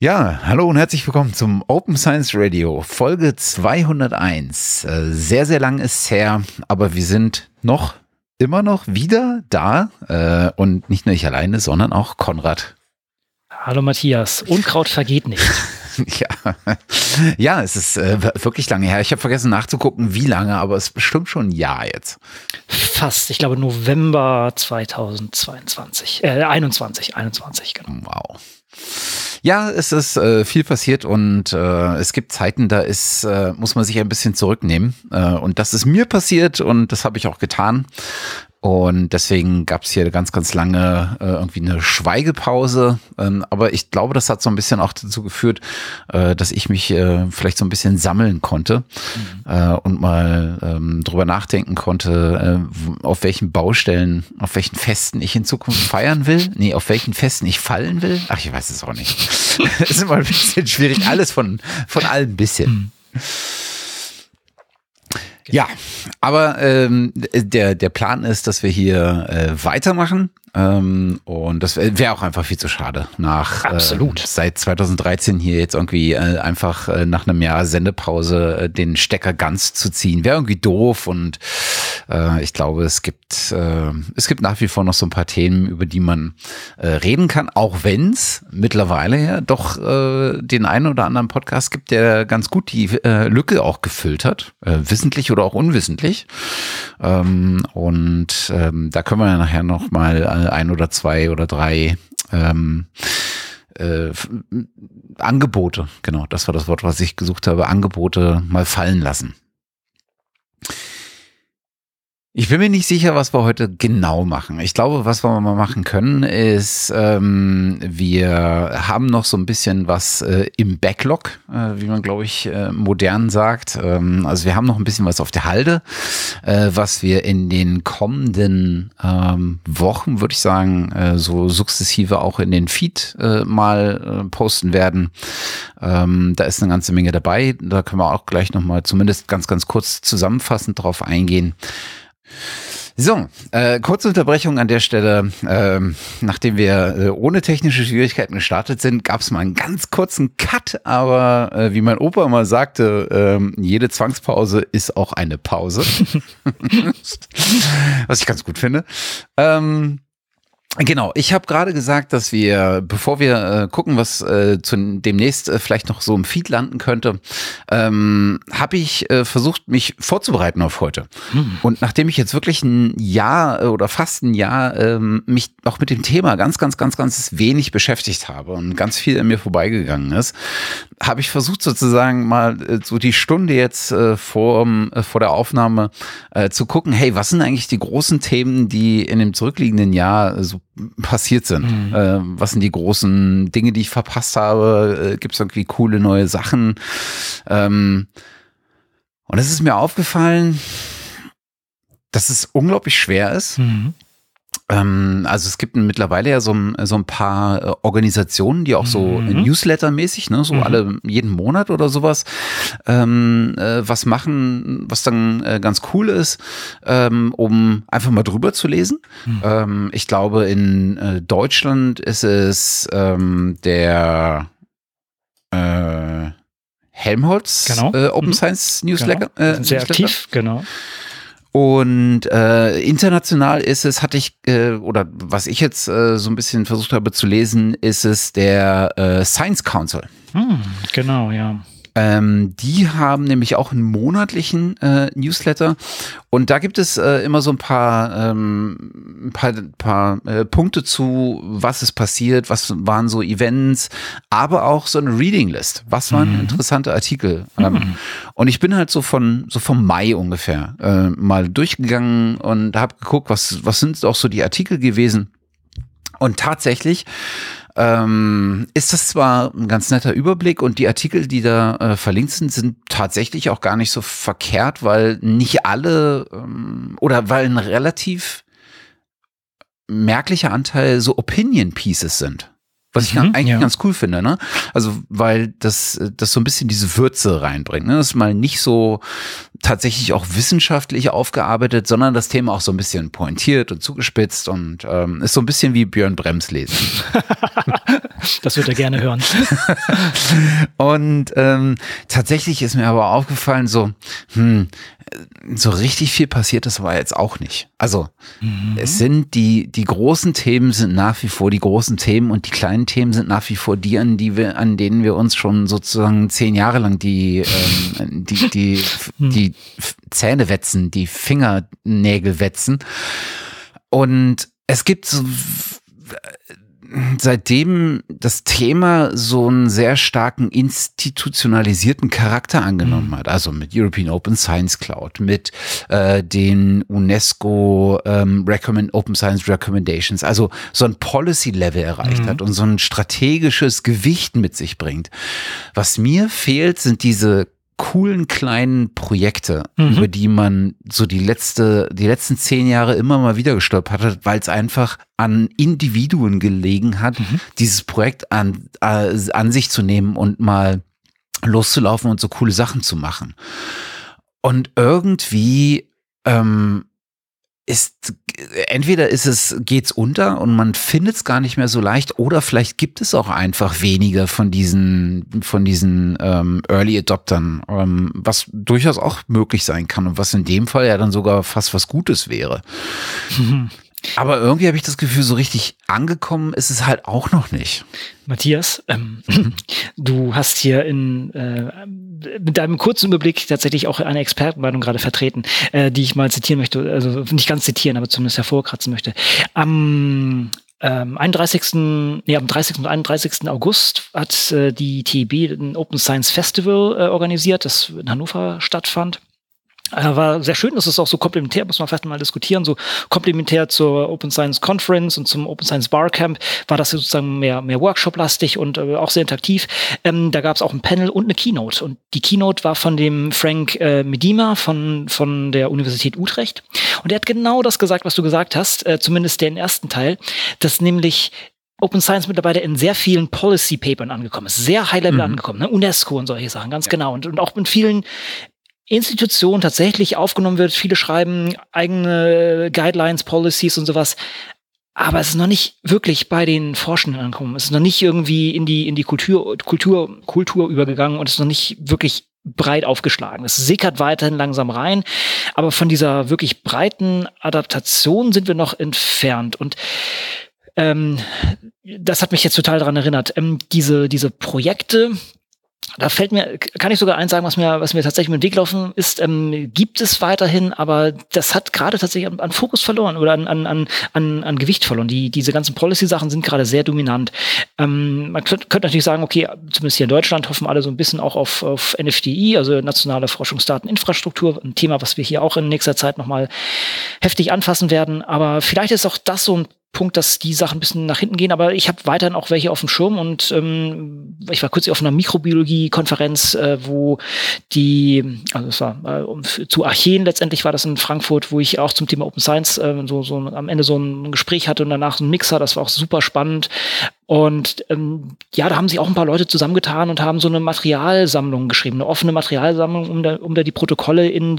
Ja, hallo und herzlich willkommen zum Open Science Radio, Folge 201. Sehr, sehr lang ist es her, aber wir sind immer noch wieder da und nicht nur ich alleine, sondern auch Konrad. Hallo Matthias, Unkraut vergeht nicht. Ja, es ist wirklich lange her. Ich habe vergessen nachzugucken, wie lange, aber es ist bestimmt schon ein Jahr jetzt. Fast, ich glaube November 2022, 21, genau. Wow. Ja, es ist viel passiert und es gibt Zeiten, da muss man sich ein bisschen zurücknehmen. Und das ist mir passiert und das habe ich auch getan. Und deswegen gab es hier ganz, ganz lange irgendwie eine Schweigepause. Aber ich glaube, das hat so ein bisschen auch dazu geführt, dass ich mich vielleicht so ein bisschen sammeln konnte und mal drüber nachdenken konnte, auf welchen Baustellen, auf welchen Festen ich in Zukunft feiern will. Nee, auf welchen Festen ich fallen will. Ach, ich weiß es auch nicht. Das ist immer ein bisschen schwierig. Alles von allem ein bisschen. Ja, aber der Plan ist, dass wir hier weitermachen und das wäre auch einfach viel zu schade seit 2013 hier jetzt irgendwie einfach nach einem Jahr Sendepause den Stecker ganz zu ziehen. Wäre irgendwie doof und ich glaube, es gibt nach wie vor noch so ein paar Themen, über die man reden kann, auch wenn es mittlerweile ja doch den einen oder anderen Podcast gibt, der ganz gut die Lücke auch gefüllt hat, wissentlich oder auch unwissentlich. Da können wir ja nachher noch mal ein oder zwei oder drei Angebote, genau, das war das Wort, was ich gesucht habe, Angebote mal fallen lassen. Ich bin mir nicht sicher, was wir heute genau machen. Ich glaube, was wir mal machen können, ist, wir haben noch so ein bisschen was im Backlog, wie man, glaube ich, modern sagt. Also wir haben noch ein bisschen was auf der Halde, was wir in den kommenden Wochen, würde ich sagen, so sukzessive auch in den Feed mal posten werden. Da ist eine ganze Menge dabei. Da können wir auch gleich nochmal zumindest ganz, ganz kurz zusammenfassend drauf eingehen. So, kurze Unterbrechung an der Stelle. Nachdem wir ohne technische Schwierigkeiten gestartet sind, gab es mal einen ganz kurzen Cut, aber wie mein Opa immer sagte, jede Zwangspause ist auch eine Pause. Was ich ganz gut finde. Genau, ich habe gerade gesagt, dass wir, bevor wir gucken, was demnächst vielleicht noch so im Feed landen könnte, habe ich versucht, mich vorzubereiten auf heute. Und nachdem ich jetzt wirklich ein Jahr oder fast ein Jahr mich auch mit dem Thema ganz, ganz, ganz, ganz wenig beschäftigt habe und ganz viel an mir vorbeigegangen ist, habe ich versucht sozusagen mal so die Stunde jetzt vor der Aufnahme zu gucken, hey, was sind eigentlich die großen Themen, die in dem zurückliegenden Jahr so passiert sind? Was sind die großen Dinge, die ich verpasst habe? Gibt es irgendwie coole neue Sachen? Und es ist mir aufgefallen, dass es unglaublich schwer ist. Also es gibt mittlerweile ja so ein paar Organisationen, die auch so Newsletter-mäßig, ne, so jeden Monat oder sowas, was machen, was dann ganz cool ist, um einfach mal drüber zu lesen. Ich glaube, in Deutschland ist es der Helmholtz Open Science Newsletter. Genau. Sehr aktiv, genau. Und international ist es, oder was ich jetzt so ein bisschen versucht habe zu lesen, ist es der Science Council. Genau, ja. Die haben nämlich auch einen monatlichen Newsletter und da gibt es immer so ein paar Punkte zu, was ist passiert, was waren so Events, aber auch so eine Reading List. Was waren interessante Artikel? Und ich bin halt so vom Mai ungefähr mal durchgegangen und habe geguckt, was sind auch so die Artikel gewesen. Und tatsächlich ist das zwar ein ganz netter Überblick und die Artikel, die da verlinkt sind tatsächlich auch gar nicht so verkehrt, weil nicht alle oder weil ein relativ merklicher Anteil so Opinion Pieces sind. Was ich eigentlich ganz cool finde, ne? Also, weil das so ein bisschen diese Würze reinbringt, ne? Das ist mal nicht so tatsächlich auch wissenschaftlich aufgearbeitet, sondern das Thema auch so ein bisschen pointiert und zugespitzt und ist so ein bisschen wie Björn Brems lesen. Das wird er gerne hören. Und tatsächlich ist mir aber aufgefallen, so richtig viel passiert das aber jetzt auch nicht. Also es sind die großen Themen sind nach wie vor die großen Themen und die kleinen Themen sind nach wie vor die, an denen wir uns schon sozusagen 10 Jahre lang die Zähne wetzen, die Fingernägel wetzen. Und es gibt so seitdem das Thema so einen sehr starken institutionalisierten Charakter angenommen hat, also mit European Open Science Cloud, mit den UNESCO Open Science Recommendations, also so ein Policy-Level erreicht hat und so ein strategisches Gewicht mit sich bringt. Was mir fehlt, sind diese coolen kleinen Projekte, über die man so die letzten 10 Jahre immer mal wieder gestolpert hat, weil es einfach an Individuen gelegen hat, dieses Projekt an sich zu nehmen und mal loszulaufen und so coole Sachen zu machen. Und irgendwie geht's unter und man findet es gar nicht mehr so leicht, oder vielleicht gibt es auch einfach weniger von diesen Early Adoptern, was durchaus auch möglich sein kann und was in dem Fall ja dann sogar fast was Gutes wäre. Aber irgendwie habe ich das Gefühl, so richtig angekommen ist es halt auch noch nicht. Matthias, du hast hier mit deinem kurzen Überblick tatsächlich auch eine Expertenmeinung gerade vertreten, die ich mal zitieren möchte, also nicht ganz zitieren, aber zumindest hervorkratzen möchte. Am 30. und 31. August hat die TIB ein Open Science Festival organisiert, das in Hannover stattfand. War sehr schön, das ist auch so komplementär, muss man fast mal diskutieren, so komplementär zur Open Science Conference und zum Open Science Barcamp war das sozusagen mehr Workshop-lastig und auch sehr interaktiv. Da gab es auch ein Panel und eine Keynote, und die Keynote war von dem Frank Medema von der Universität Utrecht, und er hat genau das gesagt, was du gesagt hast, zumindest den ersten Teil, dass nämlich Open Science mittlerweile in sehr vielen Policy-Papern angekommen ist, sehr High-Level angekommen, ne? UNESCO und solche Sachen, ganz genau, und auch mit vielen Institutionen tatsächlich aufgenommen wird. Viele schreiben eigene Guidelines, Policies und sowas. Aber es ist noch nicht wirklich bei den Forschenden angekommen. Es ist noch nicht irgendwie in die Kultur übergegangen und es ist noch nicht wirklich breit aufgeschlagen. Es sickert weiterhin langsam rein. Aber von dieser wirklich breiten Adaptation sind wir noch entfernt. Und das hat mich jetzt total daran erinnert. Diese Projekte, da kann ich sogar eins sagen, was mir tatsächlich mit dem Weg laufen ist, gibt es weiterhin, aber das hat gerade tatsächlich an Fokus verloren oder an Gewicht verloren. Diese ganzen Policy-Sachen sind gerade sehr dominant. Man könnte natürlich sagen, okay, zumindest hier in Deutschland hoffen alle so ein bisschen auch auf NFDI, also nationale Forschungsdateninfrastruktur, ein Thema, was wir hier auch in nächster Zeit nochmal heftig anfassen werden. Aber vielleicht ist auch das so ein Punkt, dass die Sachen ein bisschen nach hinten gehen, aber ich habe weiterhin auch welche auf dem Schirm, und ich war kürzlich auf einer Mikrobiologie-Konferenz, wo es war zu Archeen letztendlich war das in Frankfurt, wo ich auch zum Thema Open Science so am Ende so ein Gespräch hatte und danach ein Mixer, das war auch super spannend. Und da haben sich auch ein paar Leute zusammengetan und haben so eine Materialsammlung geschrieben, eine offene Materialsammlung, um da die Protokolle in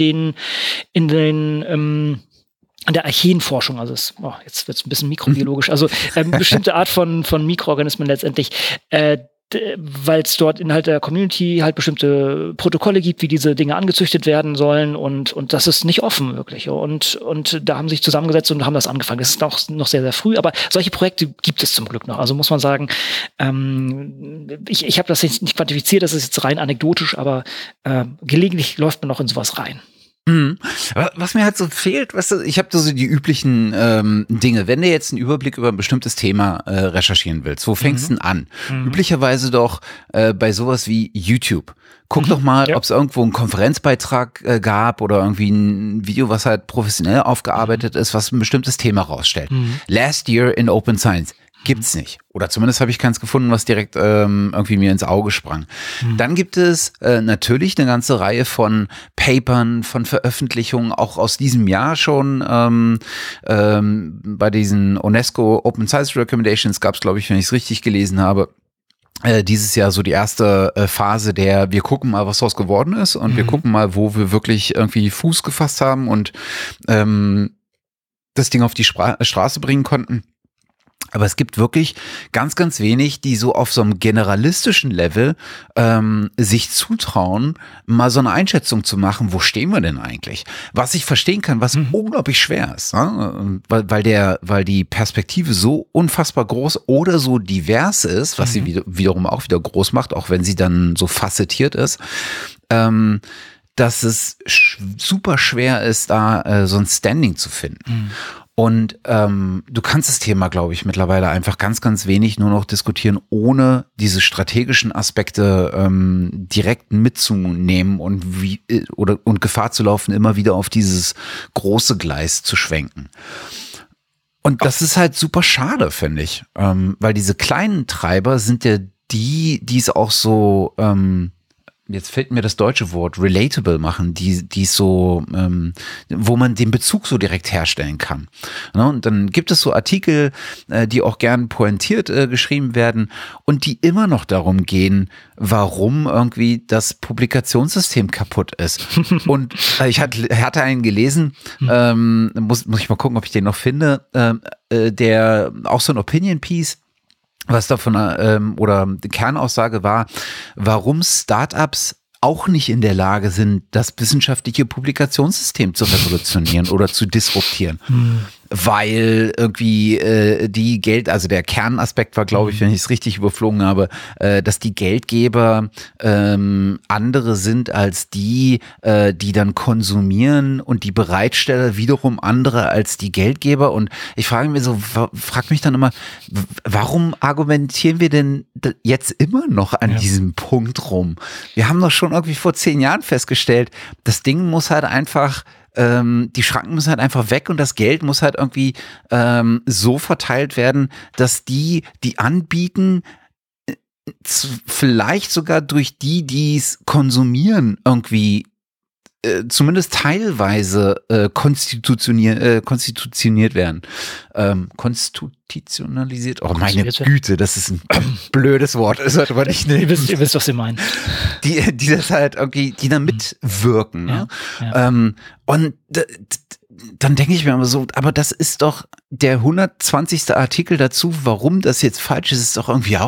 der Archeenforschung, also jetzt wird es ein bisschen mikrobiologisch, also bestimmte Art von Mikroorganismen letztendlich, weil es dort innerhalb der Community halt bestimmte Protokolle gibt, wie diese Dinge angezüchtet werden sollen, und das ist nicht offen wirklich, und da haben sich zusammengesetzt und haben das angefangen. Das ist noch sehr, sehr früh, aber solche Projekte gibt es zum Glück noch. Also muss man sagen, ich habe das jetzt nicht quantifiziert, das ist jetzt rein anekdotisch, aber gelegentlich läuft man noch in sowas rein. Was mir halt so fehlt, weißt du, ich habe so die üblichen Dinge. Wenn du jetzt einen Überblick über ein bestimmtes Thema recherchieren willst, wo fängst du denn an? Üblicherweise doch bei sowas wie YouTube. Guck doch mal, ob es irgendwo einen Konferenzbeitrag gab oder irgendwie ein Video, was halt professionell aufgearbeitet ist, was ein bestimmtes Thema rausstellt. Last Year in Open Science. Gibt's nicht. Oder zumindest habe ich keins gefunden, was direkt irgendwie mir ins Auge sprang. Dann gibt es natürlich eine ganze Reihe von Papern, von Veröffentlichungen, auch aus diesem Jahr schon. Bei diesen UNESCO Open Science Recommendations gab es, glaube ich, wenn ich es richtig gelesen habe, dieses Jahr so die erste Phase der wir gucken mal, was daraus geworden ist und wir gucken mal, wo wir wirklich irgendwie Fuß gefasst haben und das Ding auf die Straße bringen konnten. Aber es gibt wirklich ganz, ganz wenig, die so auf so einem generalistischen Level sich zutrauen, mal so eine Einschätzung zu machen, wo stehen wir denn eigentlich? Was ich verstehen kann, was unglaublich schwer ist, ne? weil die Perspektive so unfassbar groß oder so divers ist, was sie wiederum auch wieder groß macht, auch wenn sie dann so facettiert ist, dass es super schwer ist, da so ein Standing zu finden. Und du kannst das Thema, glaube ich, mittlerweile einfach ganz, ganz wenig nur noch diskutieren, ohne diese strategischen Aspekte direkt mitzunehmen und und Gefahr zu laufen, immer wieder auf dieses große Gleis zu schwenken. Und das ist halt super schade, finde ich, weil diese kleinen Treiber sind ja die es auch so jetzt fällt mir das deutsche Wort, relatable machen, die so, wo man den Bezug so direkt herstellen kann. Ne? Und dann gibt es so Artikel, die auch gern pointiert geschrieben werden und die immer noch darum gehen, warum irgendwie das Publikationssystem kaputt ist. Und ich hatte einen gelesen, muss ich mal gucken, ob ich den noch finde, der auch so ein Opinion-Piece, was davon oder die Kernaussage war, warum Startups auch nicht in der Lage sind, das wissenschaftliche Publikationssystem zu revolutionieren oder zu disruptieren. Weil irgendwie also der Kernaspekt war, glaube ich, wenn ich es richtig überflogen habe, dass die Geldgeber andere sind als die dann konsumieren und die Bereitsteller wiederum andere als die Geldgeber. Und ich frage mich dann immer, warum argumentieren wir denn jetzt immer noch an diesem Punkt rum? Wir haben doch schon irgendwie vor 10 Jahren festgestellt, das Ding muss halt einfach die Schranken müssen halt einfach weg und das Geld muss halt irgendwie so verteilt werden, dass die anbieten, vielleicht sogar durch die es konsumieren, irgendwie zumindest teilweise konstitutioniert werden. Konstitutionalisiert? Oh, meine Güte, das ist ein blödes Wort. Das sollte man nicht nehmen. Ihr wisst, was Sie meinen. Die das halt irgendwie, die da mitwirken. Ja, ne? Ja. Und dann denke ich mir immer so, aber das ist doch der 120. Artikel dazu, warum das jetzt falsch ist, ist doch irgendwie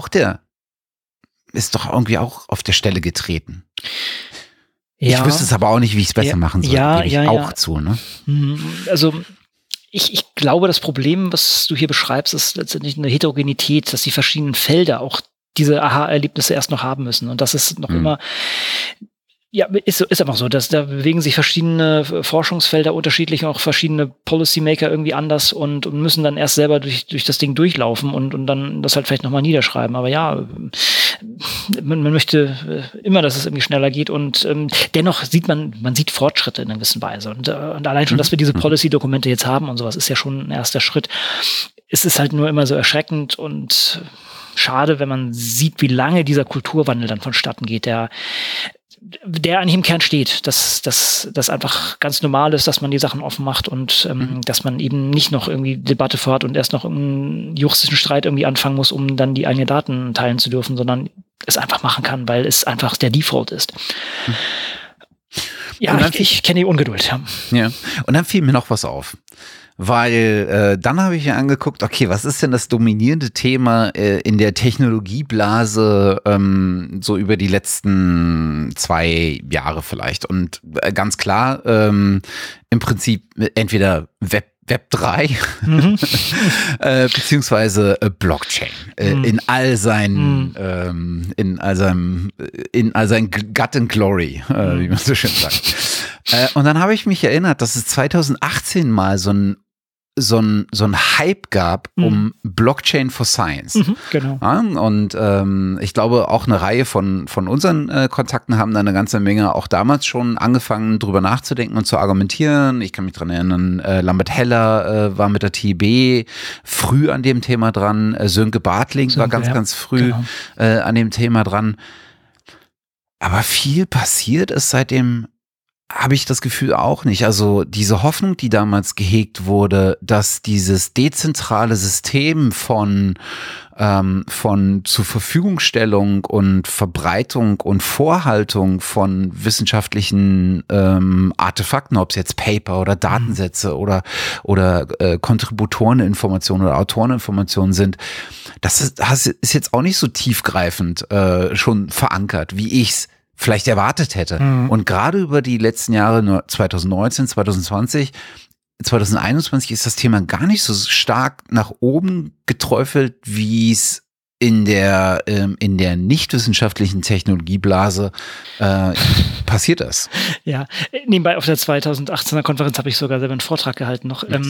auch auf der Stelle getreten. Ja. Ich wüsste es aber auch nicht, wie ich es besser machen soll. Gebe ich auch zu, ne? Also ich glaube, das Problem, was du hier beschreibst, ist letztendlich eine Heterogenität, dass die verschiedenen Felder auch diese Aha-Erlebnisse erst noch haben müssen. Und das ist noch immer, ist einfach so, dass da bewegen sich verschiedene Forschungsfelder unterschiedlich, auch verschiedene Policymaker irgendwie anders und müssen dann erst selber durch das Ding durchlaufen und dann das halt vielleicht nochmal niederschreiben. Aber ja, man möchte immer, dass es irgendwie schneller geht und dennoch sieht man sieht Fortschritte in einer gewissen Weise. Und allein schon, dass wir diese Policy-Dokumente jetzt haben und sowas, ist ja schon ein erster Schritt. Es ist halt nur immer so erschreckend und schade, wenn man sieht, wie lange dieser Kulturwandel dann vonstatten geht, der eigentlich im Kern steht, dass das einfach ganz normal ist, dass man die Sachen offen macht und dass man eben nicht noch irgendwie Debatte vorhat und erst noch einen juristischen Streit irgendwie anfangen muss, um dann die eigenen Daten teilen zu dürfen, sondern es einfach machen kann, weil es einfach der Default ist. Ja, ich kenne die Ungeduld. Ja, und dann fiel mir noch was auf. Weil dann habe ich mir angeguckt, okay, was ist denn das dominierende Thema in der Technologieblase so über die letzten 2 Jahre vielleicht? Und ganz klar, im Prinzip entweder Web 3 beziehungsweise Blockchain in all seinen Gut and Glory, wie man so schön sagt. Und dann habe ich mich erinnert, dass es 2018 mal so ein so ein Hype gab um Blockchain for Science. Genau. Ja, und ich glaube, auch eine Reihe von unseren Kontakten haben da eine ganze Menge auch damals schon angefangen, drüber nachzudenken und zu argumentieren. Ich kann mich dran erinnern, Lambert Heller war mit der TIB früh an dem Thema dran. Sönke Bartling war ganz früh an dem Thema dran. Aber viel passiert ist seitdem, habe ich das Gefühl auch nicht. Also diese Hoffnung, die damals gehegt wurde, dass dieses dezentrale System von zur Verfügungstellung und Verbreitung und Vorhaltung von wissenschaftlichen Artefakten, ob es jetzt Paper oder Datensätze oder Kontributoreninformationen oder Autoreninformationen sind, das ist jetzt auch nicht so tiefgreifend schon verankert, wie ich es vielleicht erwartet hätte. Und gerade über die letzten Jahre, 2019, 2020, 2021 ist das Thema gar nicht so stark nach oben geträufelt, wie es in der nicht-wissenschaftlichen Technologieblase passiert ist. Ja, nebenbei auf der 2018er Konferenz habe ich sogar selber einen Vortrag gehalten noch. Da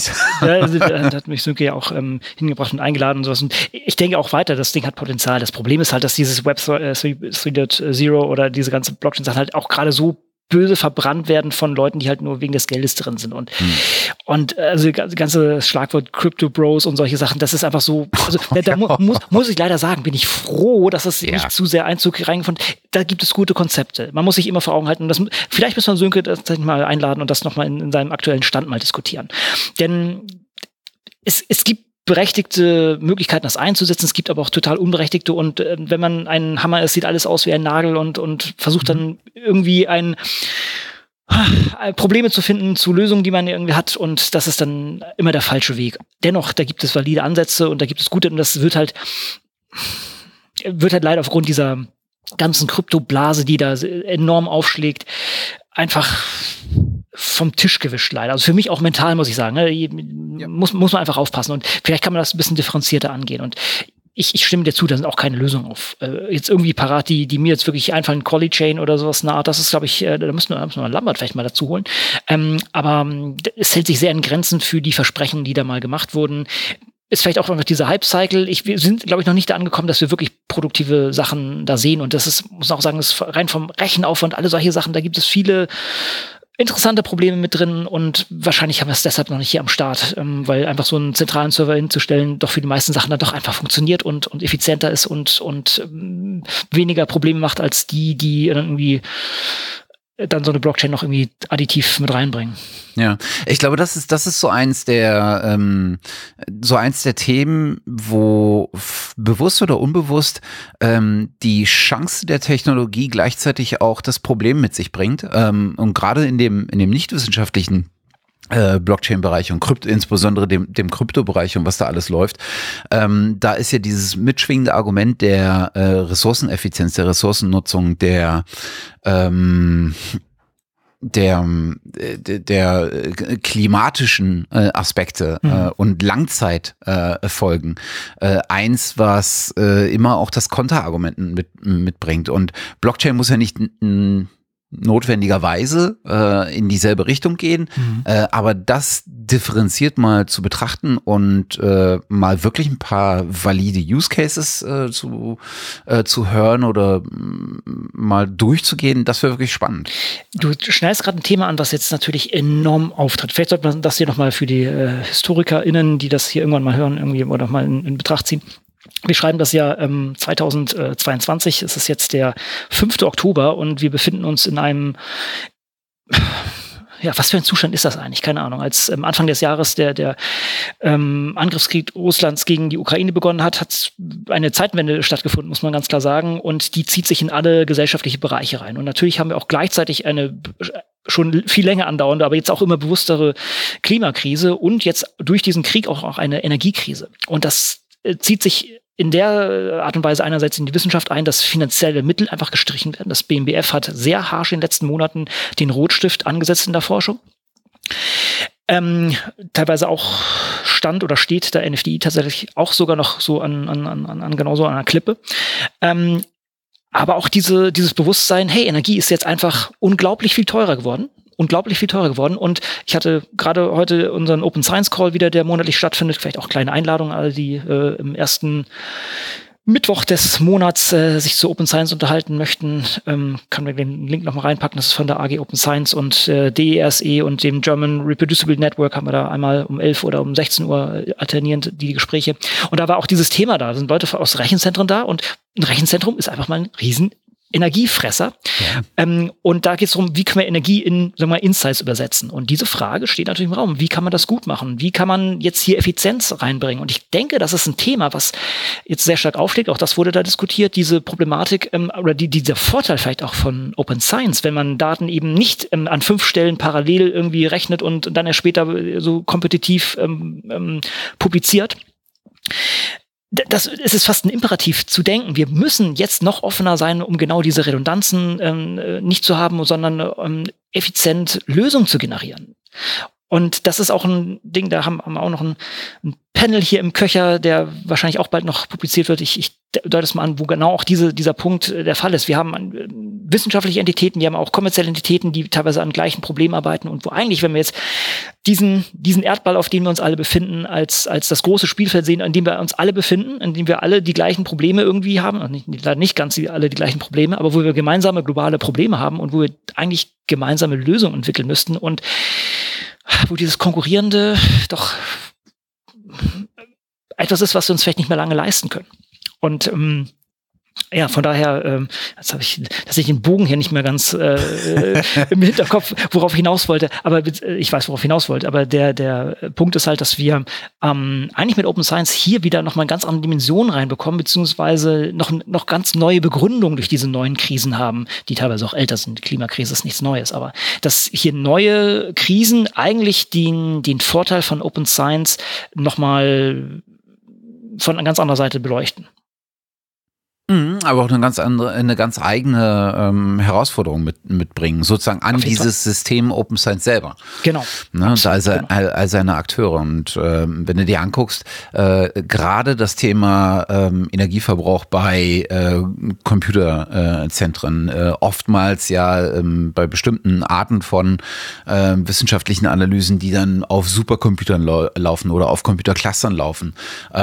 hat mich Sönke ja auch hingebracht und eingeladen und sowas. Und ich denke auch weiter, das Ding hat Potenzial. Das Problem ist halt, dass dieses Web 3.0 oder diese ganze Blockchain-Sachen halt auch gerade so böse verbrannt werden von Leuten, die halt nur wegen des Geldes drin sind. Und also das ganze Schlagwort Crypto Bros und solche Sachen, das ist einfach so, also da muss ich leider sagen, bin ich froh, dass es nicht zu sehr Einzug reingefunden hat. Da gibt es gute Konzepte. Man muss sich immer vor Augen halten. Vielleicht müssen wir Sönke das mal einladen und das nochmal in seinem aktuellen Stand mal diskutieren. Denn es gibt berechtigte Möglichkeiten, das einzusetzen. Es gibt aber auch total unberechtigte. Und wenn man ein Hammer ist, sieht alles aus wie ein Nagel und versucht dann irgendwie Probleme zu finden zu Lösungen, die man irgendwie hat. Und das ist dann immer der falsche Weg. Dennoch, da gibt es valide Ansätze und da gibt es gute. Und das wird halt leider aufgrund dieser ganzen Kryptoblase, die da enorm aufschlägt, einfach vom Tisch gewischt, leider. Also für mich auch mental, muss ich sagen. Ne? Muss man einfach aufpassen. Und vielleicht kann man das ein bisschen differenzierter angehen. Und ich stimme dir zu, da sind auch keine Lösungen auf. Jetzt irgendwie parat, die mir jetzt wirklich einfallen, Collie Chain oder sowas in der Art, das ist, glaube ich, da müssen wir Lambert vielleicht mal dazu holen. Aber es hält sich sehr in Grenzen für die Versprechen, die da mal gemacht wurden. Ist vielleicht auch einfach dieser Hype-Cycle. Wir sind, glaube ich, noch nicht da angekommen, dass wir wirklich produktive Sachen da sehen. Und das ist, muss man auch sagen, ist rein vom Rechenaufwand, alle solche Sachen, da gibt es viele interessante Probleme mit drin und wahrscheinlich haben wir es deshalb noch nicht hier am Start, weil einfach so einen zentralen Server hinzustellen doch für die meisten Sachen dann doch einfach funktioniert und effizienter ist und weniger Probleme macht als die dann irgendwie dann so eine Blockchain noch irgendwie additiv mit reinbringen. Ja, ich glaube, das ist so eins der Themen, wo bewusst oder unbewusst die Chance der Technologie gleichzeitig auch das Problem mit sich bringt. Und gerade in dem nicht-wissenschaftlichen Blockchain-Bereich und insbesondere dem Krypto-Bereich und was da alles läuft, da ist ja dieses mitschwingende Argument der Ressourceneffizienz, der Ressourcennutzung, der klimatischen Aspekte und Langzeitfolgen eins, was immer auch das Konterargument mitbringt. Und Blockchain muss ja nicht notwendigerweise in dieselbe Richtung gehen, aber das differenziert mal zu betrachten und mal wirklich ein paar valide Use Cases zu hören oder mal durchzugehen, das wäre wirklich spannend. Du schneidest gerade ein Thema an, was jetzt natürlich enorm auftritt. Vielleicht sollte man das hier nochmal für die HistorikerInnen, die das hier irgendwann mal hören, irgendwie oder mal in Betracht ziehen. Wir schreiben das Jahr 2022, es ist jetzt der 5. Oktober und wir befinden uns in einem, ja, was für ein Zustand ist das eigentlich? Keine Ahnung. Als Anfang des Jahres der Angriffskrieg Russlands gegen die Ukraine begonnen hat eine Zeitenwende stattgefunden, muss man ganz klar sagen, und die zieht sich in alle gesellschaftliche Bereiche rein. Und natürlich haben wir auch gleichzeitig eine schon viel länger andauernde, aber jetzt auch immer bewusstere Klimakrise und jetzt durch diesen Krieg auch eine Energiekrise. Und das zieht sich in der Art und Weise einerseits in die Wissenschaft ein, dass finanzielle Mittel einfach gestrichen werden. Das BMBF hat sehr harsch in den letzten Monaten den Rotstift angesetzt in der Forschung. Teilweise auch stand oder steht der NFDI tatsächlich auch sogar noch so genauso an einer Klippe. Aber auch dieses Bewusstsein, hey, Energie ist jetzt einfach unglaublich viel teurer geworden. unglaublich viel teurer geworden. Und ich hatte gerade heute unseren Open Science Call wieder, der monatlich stattfindet. Vielleicht auch kleine Einladungen, alle, die im ersten Mittwoch des Monats sich zu Open Science unterhalten möchten, kann wir den Link nochmal reinpacken. Das ist von der AG Open Science und DESE und dem German Reproducible Network haben wir da einmal um 11 oder um 16 Uhr alternierend die Gespräche. Und da war auch dieses Thema da. Da sind Leute aus Rechenzentren da und ein Rechenzentrum ist einfach mal ein riesen Energiefresser. Ja. Und da geht es darum, wie können wir Energie in, sagen wir mal, Insights übersetzen? Und diese Frage steht natürlich im Raum. Wie kann man das gut machen? Wie kann man jetzt hier Effizienz reinbringen? Und ich denke, das ist ein Thema, was jetzt sehr stark aufschlägt. Auch das wurde da diskutiert, diese Problematik oder dieser Vorteil vielleicht auch von Open Science, wenn man Daten eben nicht an 5 Stellen parallel irgendwie rechnet und dann erst später so kompetitiv publiziert. Es ist fast ein Imperativ zu denken, wir müssen jetzt noch offener sein, um genau diese Redundanzen nicht zu haben, sondern effizient Lösungen zu generieren. Und das ist auch ein Ding, da haben wir auch noch ein Panel hier im Köcher, der wahrscheinlich auch bald noch publiziert wird. Ich deute es mal an, wo genau auch dieser Punkt der Fall ist. Wir haben wissenschaftliche Entitäten, wir haben auch kommerzielle Entitäten, die teilweise an gleichen Problemen arbeiten und wo eigentlich, wenn wir jetzt diesen Erdball, auf dem wir uns alle befinden, als das große Spielfeld sehen, in dem wir uns alle befinden, in dem wir alle die gleichen Probleme irgendwie haben, und nicht ganz alle die gleichen Probleme, aber wo wir gemeinsame globale Probleme haben und wo wir eigentlich gemeinsame Lösungen entwickeln müssten und wo dieses Konkurrierende doch etwas ist, was wir uns vielleicht nicht mehr lange leisten können. Und ja, von daher, jetzt habe ich den Bogen hier nicht mehr ganz im Hinterkopf, worauf ich hinaus wollte. Aber ich weiß, worauf ich hinaus wollte. Aber der Punkt ist halt, dass wir eigentlich mit Open Science hier wieder nochmal eine ganz andere Dimension reinbekommen, beziehungsweise noch ganz neue Begründungen durch diese neuen Krisen haben, die teilweise auch älter sind. Die Klimakrise ist nichts Neues. Aber dass hier neue Krisen eigentlich den Vorteil von Open Science nochmal von einer ganz anderen Seite beleuchten. Aber auch eine ganz eigene Herausforderung mitbringen, sozusagen an dieses System Open Science selber. Genau. Ne, und all seine Akteure. Und wenn du dir anguckst, gerade das Thema Energieverbrauch bei Computerzentren, oftmals ja bei bestimmten Arten von wissenschaftlichen Analysen, die dann auf Supercomputern laufen oder auf Computerclustern laufen,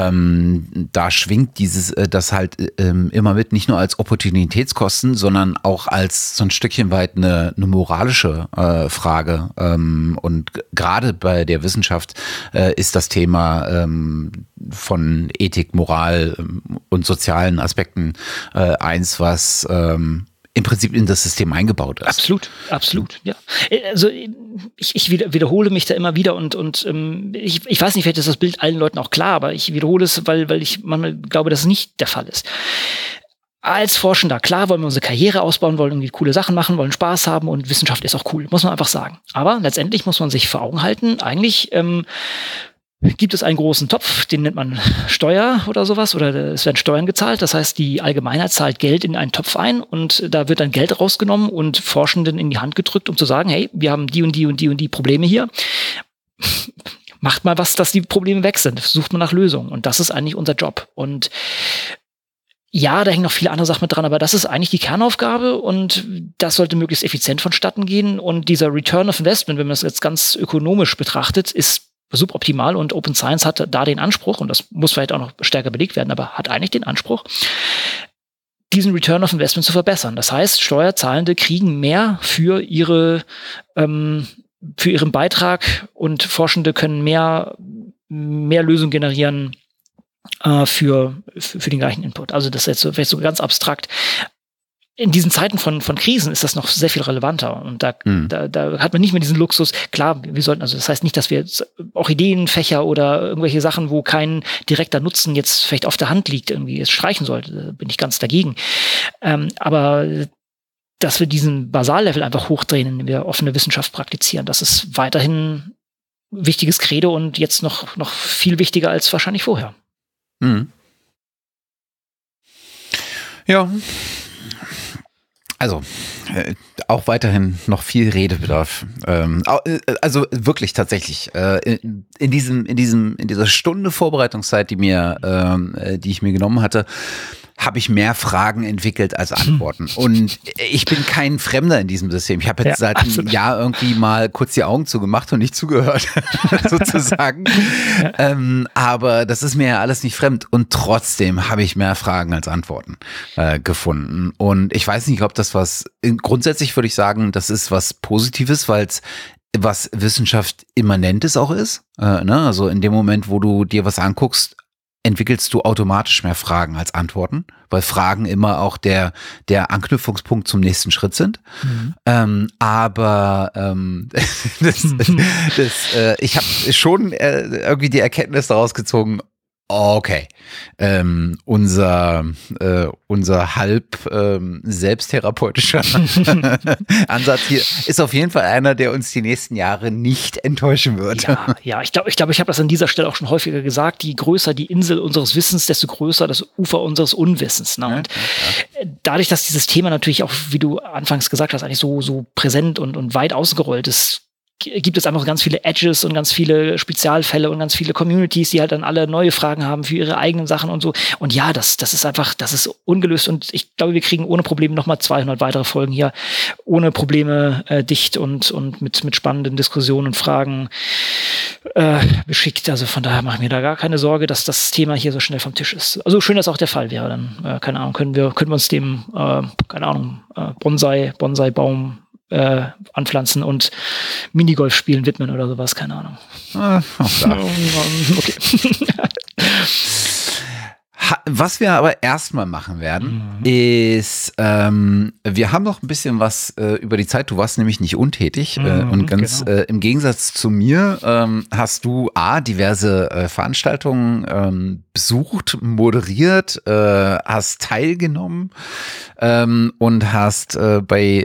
da schwingt das halt immer mit, nicht nur als Opportunitätskosten, sondern auch als so ein Stückchen weit eine moralische Frage. Und gerade bei der Wissenschaft ist das Thema von Ethik, Moral und sozialen Aspekten eins, was im Prinzip in das System eingebaut ist. Absolut, ja. Also ich wiederhole mich da immer wieder und ich weiß nicht, vielleicht ist das Bild allen Leuten auch klar, aber ich wiederhole es, weil ich manchmal glaube, dass es nicht der Fall ist. Als Forschender, klar, wollen wir unsere Karriere ausbauen, wollen irgendwie coole Sachen machen, wollen Spaß haben und Wissenschaft ist auch cool, muss man einfach sagen. Aber letztendlich muss man sich vor Augen halten, eigentlich gibt es einen großen Topf, den nennt man Steuer oder sowas, oder es werden Steuern gezahlt. Das heißt, die Allgemeinheit zahlt Geld in einen Topf ein und da wird dann Geld rausgenommen und Forschenden in die Hand gedrückt, um zu sagen, hey, wir haben die und die und die und die Probleme hier. Macht mal was, dass die Probleme weg sind. Sucht mal nach Lösungen. Und das ist eigentlich unser Job. Und ja, da hängen noch viele andere Sachen mit dran, aber das ist eigentlich die Kernaufgabe und das sollte möglichst effizient vonstatten gehen. Und dieser Return of Investment, wenn man das jetzt ganz ökonomisch betrachtet, ist suboptimal und Open Science hat da den Anspruch, und das muss vielleicht auch noch stärker belegt werden, aber hat eigentlich den Anspruch, diesen Return of Investment zu verbessern. Das heißt, Steuerzahlende kriegen mehr für ihren Beitrag und Forschende können mehr Lösungen generieren für den gleichen Input. Also das ist jetzt vielleicht so ganz abstrakt. In diesen Zeiten von Krisen ist das noch sehr viel relevanter. Und da hat man nicht mehr diesen Luxus. Klar, wir sollten, also das heißt nicht, dass wir jetzt Orchideenfächer oder irgendwelche Sachen, wo kein direkter Nutzen jetzt vielleicht auf der Hand liegt, irgendwie jetzt streichen sollte. Da bin ich ganz dagegen. Aber dass wir diesen Basallevel einfach hochdrehen, indem wir offene Wissenschaft praktizieren, das ist weiterhin ein wichtiges Credo und jetzt noch viel wichtiger als wahrscheinlich vorher. Ja. Also, auch weiterhin noch viel Redebedarf. Also wirklich tatsächlich. In dieser Stunde Vorbereitungszeit, die ich mir genommen hatte, habe ich mehr Fragen entwickelt als Antworten. Und ich bin kein Fremder in diesem System. Ich habe jetzt seit einem Jahr irgendwie mal kurz die Augen zugemacht und nicht zugehört, sozusagen. Aber das ist mir ja alles nicht fremd. Und trotzdem habe ich mehr Fragen als Antworten gefunden. Und ich weiß nicht, ob das grundsätzlich würde ich sagen, das ist was Positives, weil es was Wissenschaft Immanentes auch ist. Also in dem Moment, wo du dir was anguckst, entwickelst du automatisch mehr Fragen als Antworten, weil Fragen immer auch der Anknüpfungspunkt zum nächsten Schritt sind. Aber ich habe schon irgendwie die Erkenntnis daraus gezogen, okay, unser halb selbsttherapeutischer Ansatz hier ist auf jeden Fall einer, der uns die nächsten Jahre nicht enttäuschen wird. Ja, ich glaube, ich habe das an dieser Stelle auch schon häufiger gesagt. Je größer die Insel unseres Wissens, desto größer das Ufer unseres Unwissens. Ne? Und dadurch, dass dieses Thema natürlich auch, wie du anfangs gesagt hast, eigentlich so präsent und weit ausgerollt ist, gibt es einfach ganz viele Edges und ganz viele Spezialfälle und ganz viele Communities, die halt dann alle neue Fragen haben für ihre eigenen Sachen und so. Und ja, das ist einfach, das ist ungelöst und ich glaube, wir kriegen ohne Probleme nochmal 200 weitere Folgen hier ohne Probleme dicht und mit spannenden Diskussionen und Fragen beschickt. Also von daher mache ich mir da gar keine Sorge, dass das Thema hier so schnell vom Tisch ist. Also schön, dass auch der Fall wäre. Dann, keine Ahnung, können wir uns dem, Bonsai-Baum anpflanzen und Minigolf spielen widmen oder sowas, keine Ahnung. Okay. Was wir aber erstmal machen werden, ist, wir haben noch ein bisschen was über die Zeit. Du warst nämlich nicht untätig und ganz im Gegensatz zu mir hast du diverse Veranstaltungen besucht, moderiert, hast teilgenommen und hast bei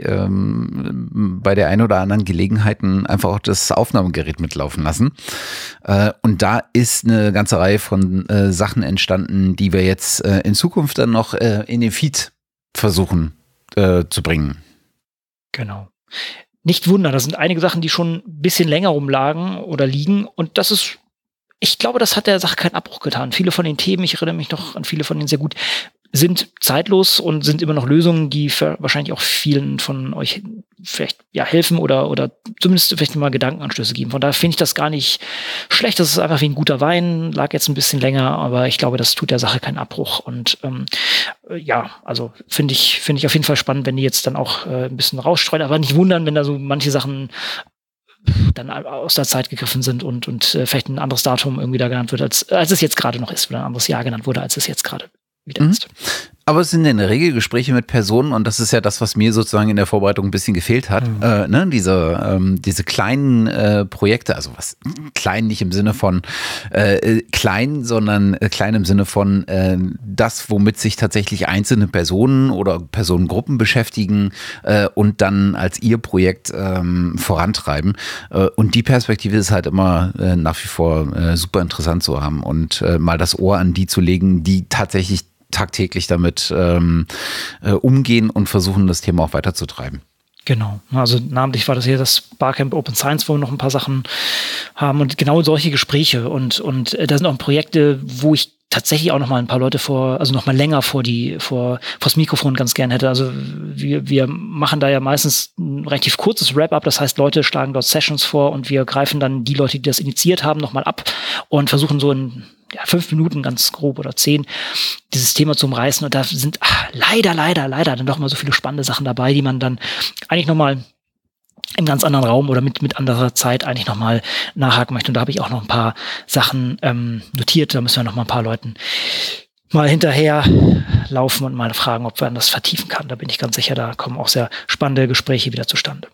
der einen oder anderen Gelegenheiten einfach auch das Aufnahmegerät mitlaufen lassen. Und da ist eine ganze Reihe von Sachen entstanden, die wir jetzt in Zukunft dann noch in den Feed versuchen zu bringen. Genau. Nicht wundern, das sind einige Sachen, die schon ein bisschen länger rumlagen oder liegen und das ist, ich glaube, das hat der Sache keinen Abbruch getan. Viele von den Themen, ich erinnere mich noch an viele von denen sehr gut, sind zeitlos und sind immer noch Lösungen, die wahrscheinlich auch vielen von euch vielleicht helfen oder zumindest vielleicht mal Gedankenanstöße geben. Von daher finde ich das gar nicht schlecht. Das ist einfach wie ein guter Wein, lag jetzt ein bisschen länger, aber ich glaube, das tut der Sache keinen Abbruch. Und also finde ich auf jeden Fall spannend, wenn die jetzt dann auch ein bisschen rausstreuen, aber nicht wundern, wenn da so manche Sachen dann aus der Zeit gegriffen sind und vielleicht ein anderes Datum irgendwie da genannt wird, als es jetzt gerade noch ist, oder ein anderes Jahr genannt wurde, als es jetzt gerade wieder ist. Aber es sind in der Regel Gespräche mit Personen und das ist ja das, was mir sozusagen in der Vorbereitung ein bisschen gefehlt hat. Diese kleinen Projekte, also was klein nicht im Sinne von klein, sondern klein im Sinne von das, womit sich tatsächlich einzelne Personen oder Personengruppen beschäftigen und dann als ihr Projekt vorantreiben. Und die Perspektive ist halt immer nach wie vor super interessant zu haben und mal das Ohr an die zu legen, die tatsächlich tagtäglich damit umgehen und versuchen, das Thema auch weiterzutreiben. Genau, also namentlich war das hier das Barcamp Open Science, wo wir noch ein paar Sachen haben und genau solche Gespräche und da sind auch Projekte, wo ich tatsächlich auch noch mal ein paar Leute noch mal länger vors Mikrofon ganz gern hätte. Also wir machen da ja meistens ein relativ kurzes Wrap-up, das heißt, Leute schlagen dort Sessions vor und wir greifen dann die Leute, die das initiiert haben, noch mal ab und versuchen so in 5 Minuten ganz grob oder 10 dieses Thema zu umreißen und da sind leider dann doch mal so viele spannende Sachen dabei, die man dann eigentlich noch mal im ganz anderen Raum oder mit anderer Zeit eigentlich noch mal nachhaken möchte. Und da habe ich auch noch ein paar Sachen notiert. Da müssen wir noch mal ein paar Leuten mal hinterher laufen und mal fragen, ob man das vertiefen kann. Da bin ich ganz sicher, da kommen auch sehr spannende Gespräche wieder zustande.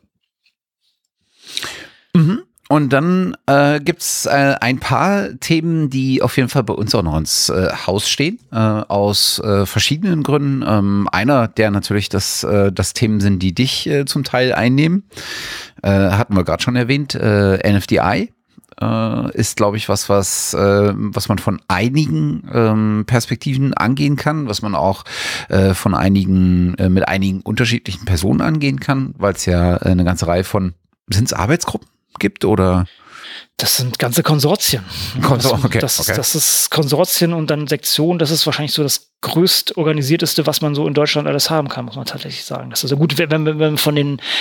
Und dann gibt's ein paar Themen, die auf jeden Fall bei uns auch noch ins Haus stehen, aus verschiedenen Gründen. Einer, der natürlich das Themen sind, die dich zum Teil einnehmen, hatten wir gerade schon erwähnt, NFDI. Ist, glaube ich, was man von einigen Perspektiven angehen kann, was man auch mit einigen unterschiedlichen Personen angehen kann, weil es ja eine ganze Reihe von, sind es Arbeitsgruppen gibt oder? Das sind ganze Konsortien. Das ist Konsortien und dann Sektionen. Das ist wahrscheinlich so das größt organisierteste, was man so in Deutschland alles haben kann, muss man tatsächlich sagen. Das ist ja gut, wenn man von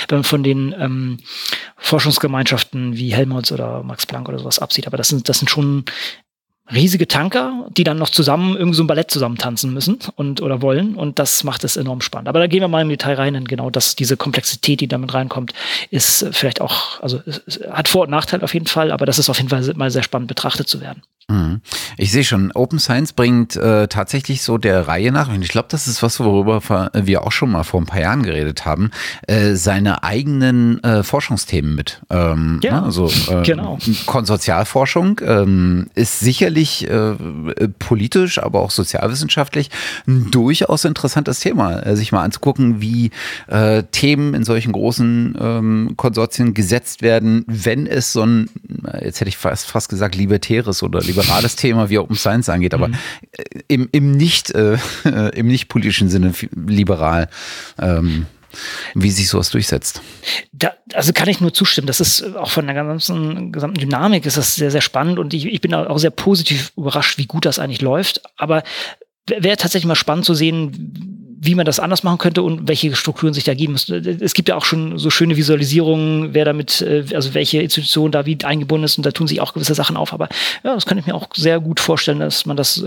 den Forschungsgemeinschaften wie Helmholtz oder Max Planck oder sowas absieht. Aber das sind schon riesige Tanker, die dann noch zusammen irgendwie so ein Ballett zusammen tanzen müssen oder wollen. Und das macht es enorm spannend. Aber da gehen wir mal im Detail rein, denn genau diese Komplexität, die damit reinkommt, ist vielleicht auch, also es hat Vor- und Nachteile auf jeden Fall, aber das ist auf jeden Fall mal sehr spannend betrachtet zu werden. Ich sehe schon, Open Science bringt tatsächlich so der Reihe nach, und ich glaube, das ist was, worüber wir auch schon mal vor ein paar Jahren geredet haben, seine eigenen Forschungsthemen mit. Genau. Konsortialforschung ist sicherlich politisch, aber auch sozialwissenschaftlich ein durchaus interessantes Thema, sich mal anzugucken, wie Themen in solchen großen Konsortien gesetzt werden, wenn es so ein, jetzt hätte ich fast gesagt, libertäres oder liberales Thema wie Open Science angeht, aber im nicht politischen Sinne liberal, wie sich sowas durchsetzt. Also kann ich nur zustimmen. Das ist auch von der gesamten Dynamik ist das sehr, sehr spannend und ich bin auch sehr positiv überrascht, wie gut das eigentlich läuft. Aber wäre tatsächlich mal spannend zu sehen, wie man das anders machen könnte und welche Strukturen sich da geben müssen. Es gibt ja auch schon so schöne Visualisierungen, wer damit, also welche Institution da wie eingebunden ist und da tun sich auch gewisse Sachen auf. Aber ja, das kann ich mir auch sehr gut vorstellen, dass man das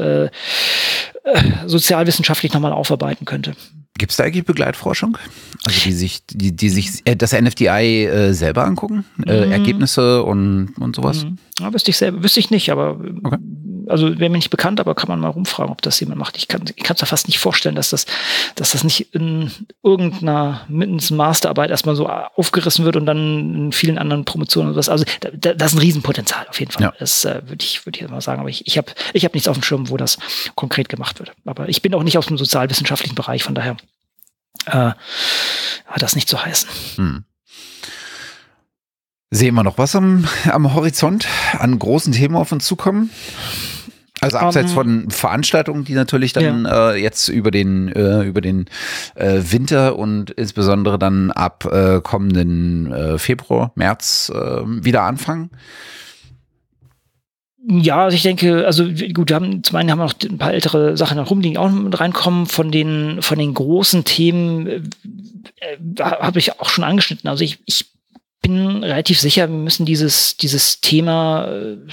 sozialwissenschaftlich nochmal aufarbeiten könnte. Gibt es da eigentlich Begleitforschung? Also die sich das NFDI selber angucken? Ergebnisse und sowas? Ja, wüsste ich nicht, aber okay. Also wäre mir nicht bekannt, aber kann man mal rumfragen, ob das jemand macht. Ich kann es mir fast nicht vorstellen, dass das nicht in irgendeiner mindestens Masterarbeit erstmal so aufgerissen wird und dann in vielen anderen Promotionen und was. Also das ist ein Riesenpotenzial auf jeden Fall. Ja. Das würde ich mal sagen. Aber ich hab nichts auf dem Schirm, wo das konkret gemacht wird. Aber ich bin auch nicht aus dem sozialwissenschaftlichen Bereich, von daher hat das nicht zu heißen. Sehen wir noch was am Horizont an großen Themen auf uns zukommen? Also abseits von Veranstaltungen, die natürlich dann jetzt über den Winter und insbesondere dann ab kommenden Februar, März wieder anfangen. Ja, also ich denke, also gut, zum einen haben wir noch ein paar ältere Sachen noch rumliegen, auch mit reinkommen. Von den großen Themen habe ich auch schon angeschnitten. Also ich bin relativ sicher, wir müssen dieses Thema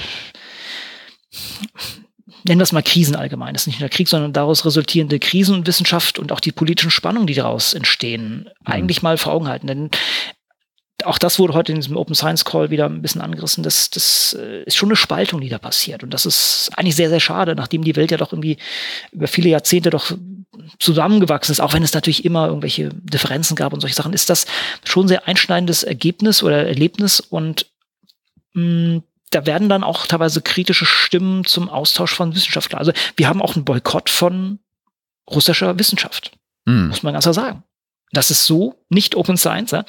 nennen wir es mal Krisen allgemein. Das ist nicht nur der Krieg, sondern daraus resultierende Krisen und Wissenschaft und auch die politischen Spannungen, die daraus entstehen, eigentlich mal vor Augen halten. Denn auch das wurde heute in diesem Open Science Call wieder ein bisschen angerissen. Das ist schon eine Spaltung, die da passiert. Und das ist eigentlich sehr, sehr schade, nachdem die Welt ja doch irgendwie über viele Jahrzehnte doch zusammengewachsen ist, auch wenn es natürlich immer irgendwelche Differenzen gab und solche Sachen, ist das schon ein sehr einschneidendes Ergebnis oder Erlebnis. Und da werden dann auch teilweise kritische Stimmen zum Austausch von Wissenschaftlern. Also wir haben auch einen Boykott von russischer Wissenschaft, muss man ganz klar sagen. Das ist so nicht Open Science. Ja?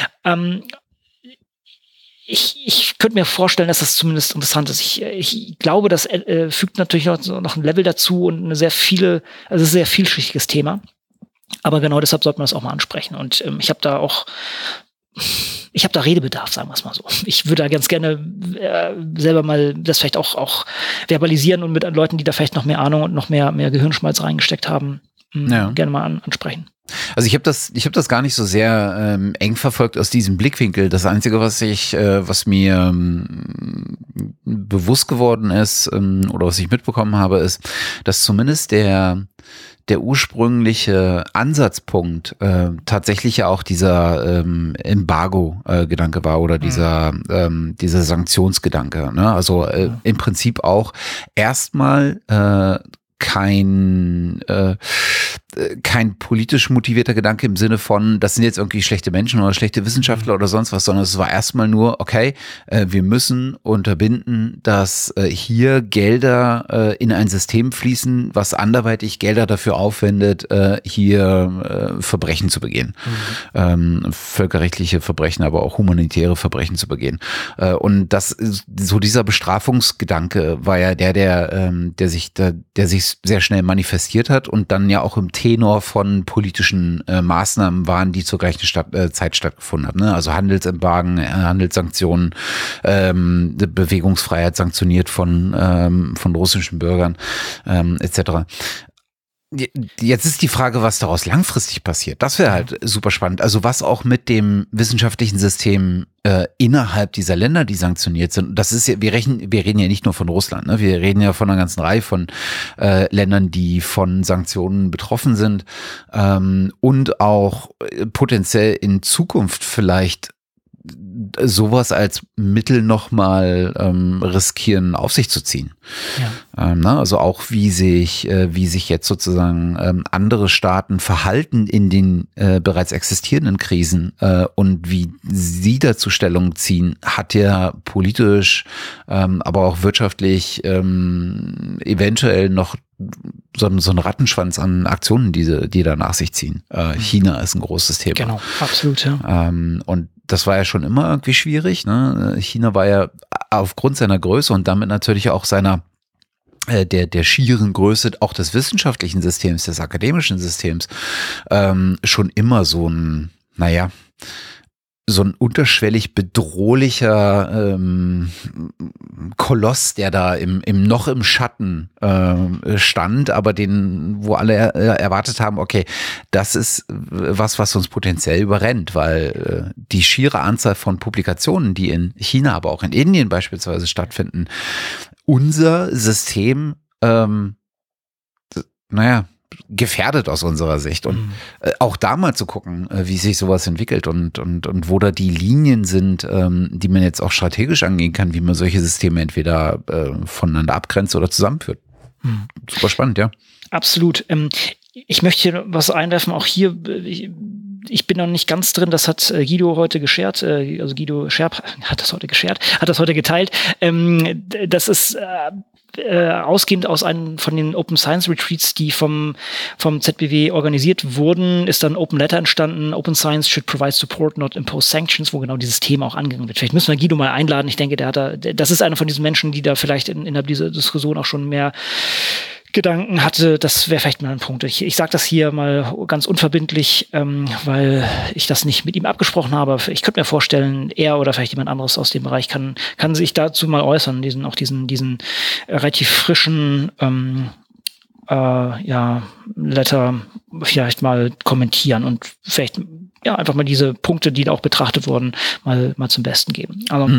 Ich könnte mir vorstellen, dass das zumindest interessant ist. Ich glaube, das fügt natürlich noch ein Level dazu und ein sehr vielschichtiges Thema. Aber genau deshalb sollte man das auch mal ansprechen. Und ich habe da Redebedarf, sagen wir es mal so. Ich würde da ganz gerne selber mal das vielleicht auch verbalisieren und mit Leuten, die da vielleicht noch mehr Ahnung und noch mehr Gehirnschmalz reingesteckt haben, gerne mal ansprechen. Also ich habe das gar nicht so sehr eng verfolgt aus diesem Blickwinkel. Das Einzige, was mir bewusst geworden ist oder was ich mitbekommen habe, ist, dass zumindest der ursprüngliche Ansatzpunkt tatsächlich ja auch dieser Embargo-Gedanke war oder dieser Sanktionsgedanke. Ne? Also im Prinzip auch erstmal kein politisch motivierter Gedanke im Sinne von, das sind jetzt irgendwie schlechte Menschen oder schlechte Wissenschaftler oder sonst was, sondern es war erstmal nur, okay, wir müssen unterbinden, dass hier Gelder in ein System fließen, was anderweitig Gelder dafür aufwendet, hier Verbrechen zu begehen. Völkerrechtliche Verbrechen, aber auch humanitäre Verbrechen zu begehen. Und das so dieser Bestrafungsgedanke war ja der sich sehr schnell manifestiert hat und dann ja auch im Tenor von politischen Maßnahmen waren, die zur gleichen Zeit stattgefunden haben. Ne? Also Handelsembargen, Handelssanktionen, Bewegungsfreiheit sanktioniert von russischen Bürgern etc. Jetzt ist die Frage, was daraus langfristig passiert. Das wäre halt super spannend. Also was auch mit dem wissenschaftlichen System innerhalb dieser Länder, die sanktioniert sind. Das ist ja, wir reden ja nicht nur von Russland, ne? Wir reden ja von einer ganzen Reihe von Ländern, die von Sanktionen betroffen sind und auch potenziell in Zukunft vielleicht sowas als Mittel nochmal riskieren, auf sich zu ziehen. Ja. Also auch wie sich jetzt sozusagen andere Staaten verhalten in den bereits existierenden Krisen und wie sie dazu Stellung ziehen, hat ja politisch, aber auch wirtschaftlich eventuell noch so ein Rattenschwanz an Aktionen, die da nach sich ziehen. China ist ein großes Thema. Genau, absolut, ja. Und das war ja schon immer irgendwie schwierig. Ne? China war ja aufgrund seiner Größe und damit natürlich auch der schieren Größe auch des wissenschaftlichen Systems, des akademischen Systems, schon immer so ein unterschwellig bedrohlicher Koloss, der da noch im Schatten stand, aber wo alle erwartet haben, okay, das ist was uns potenziell überrennt, weil die schiere Anzahl von Publikationen, die in China, aber auch in Indien beispielsweise stattfinden, unser System gefährdet aus unserer Sicht. Und auch da mal zu gucken, wie sich sowas entwickelt und wo da die Linien sind, die man jetzt auch strategisch angehen kann, wie man solche Systeme entweder voneinander abgrenzt oder zusammenführt. Super spannend, ja. Absolut. Ich möchte hier was einwerfen, auch hier, ich bin noch nicht ganz drin, das hat Guido heute geshared, also Guido Scherb hat das heute geteilt. Das ist ausgehend aus einem von den Open Science Retreats, die vom ZBW organisiert wurden, ist dann Open Letter entstanden, Open Science should provide support, not impose sanctions, wo genau dieses Thema auch angegangen wird. Vielleicht müssen wir Guido mal einladen. Ich denke, das ist einer von diesen Menschen, die da vielleicht innerhalb dieser Diskussion auch schon mehr Gedanken hatte. Das wäre vielleicht mal ein Punkt. Ich sage das hier mal ganz unverbindlich, weil ich das nicht mit ihm abgesprochen habe. Ich könnte mir vorstellen, er oder vielleicht jemand anderes aus dem Bereich kann sich dazu mal äußern, diesen relativ frischen Letter vielleicht mal kommentieren und vielleicht einfach mal diese Punkte, die da auch betrachtet wurden, mal zum Besten geben. Also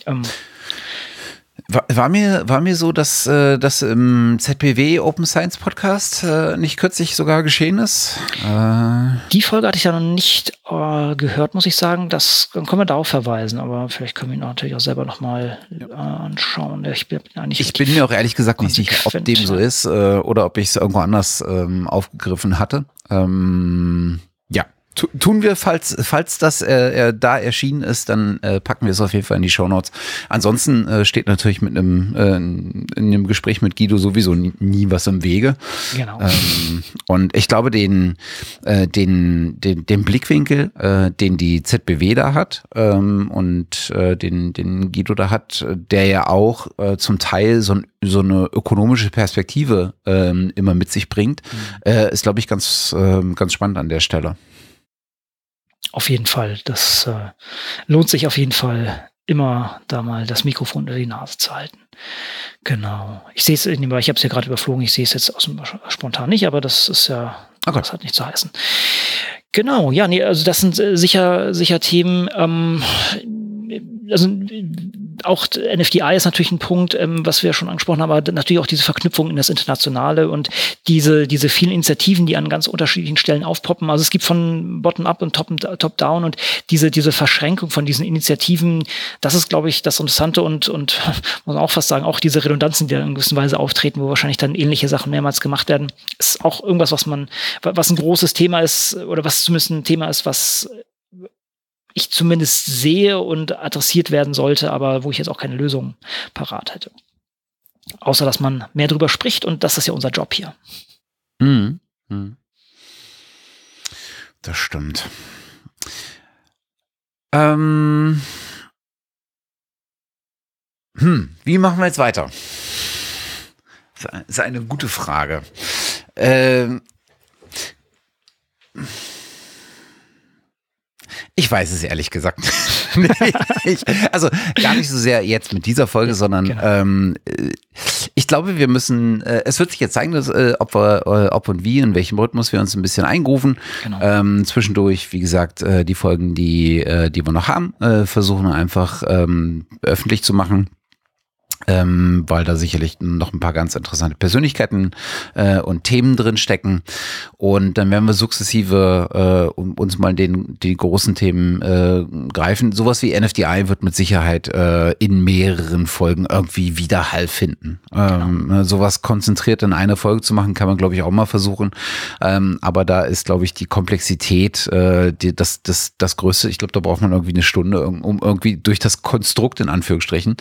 War mir so, dass das im ZBW Open Science Podcast nicht kürzlich sogar geschehen ist? Die Folge hatte ich ja noch nicht gehört, muss ich sagen. Dann können wir darauf verweisen, aber vielleicht können wir ihn natürlich auch selber nochmal anschauen. Ich bin mir auch ehrlich gesagt nicht sicher, ob dem so ist oder ob ich es irgendwo anders aufgegriffen hatte. Tun wir, falls das da erschienen ist, dann packen wir es auf jeden Fall in die Shownotes. Ansonsten steht natürlich in einem Gespräch mit Guido sowieso nie was im Wege. Genau. Und ich glaube, den Blickwinkel, den die ZBW da hat und den Guido da hat, der ja auch zum Teil so eine ökonomische Perspektive immer mit sich bringt, ist, glaube ich, ganz spannend an der Stelle. Auf jeden Fall. Das lohnt sich auf jeden Fall, immer da mal das Mikrofon unter die Nase zu halten. Genau. Ich sehe es in dem Bereich, ich habe es ja gerade überflogen, ich sehe es jetzt spontan nicht, aber das ist ja, okay. Das hat nicht zu heißen. Genau, ja, nee, also das sind sicher Themen, also auch NFDI ist natürlich ein Punkt, was wir schon angesprochen haben, aber natürlich auch diese Verknüpfung in das Internationale und diese vielen Initiativen, die an ganz unterschiedlichen Stellen aufpoppen. Also es gibt von Bottom-up und Top-down und diese Verschränkung von diesen Initiativen, das ist, glaube ich, das Interessante und muss man auch fast sagen, auch diese Redundanzen, die in gewisser Weise auftreten, wo wahrscheinlich dann ähnliche Sachen mehrmals gemacht werden, ist auch irgendwas, was ein großes Thema ist oder was zumindest ein Thema ist, was ich zumindest sehe und adressiert werden sollte, aber wo ich jetzt auch keine Lösung parat hätte. Außer, dass man mehr drüber spricht und das ist ja unser Job hier. Das stimmt. Wie machen wir jetzt weiter? Das ist eine gute Frage. Ich weiß es ehrlich gesagt. Also gar nicht so sehr jetzt mit dieser Folge, sondern ich glaube, wir müssen, es wird sich jetzt zeigen, dass, ob und wie, in welchem Rhythmus wir uns ein bisschen eingrooven. Genau. Zwischendurch, wie gesagt, die Folgen, die wir noch haben, versuchen einfach öffentlich zu machen. Weil da sicherlich noch ein paar ganz interessante Persönlichkeiten und Themen drin stecken. Und dann werden wir sukzessive uns mal die großen Themen greifen. Sowas wie NFDI wird mit Sicherheit in mehreren Folgen irgendwie Widerhall finden. Genau. Sowas konzentriert in eine Folge zu machen, kann man, glaube ich, auch mal versuchen. Aber da ist, glaube ich, die Komplexität das Größte. Ich glaube, da braucht man irgendwie eine Stunde, um irgendwie durch das Konstrukt in Anführungsstrichen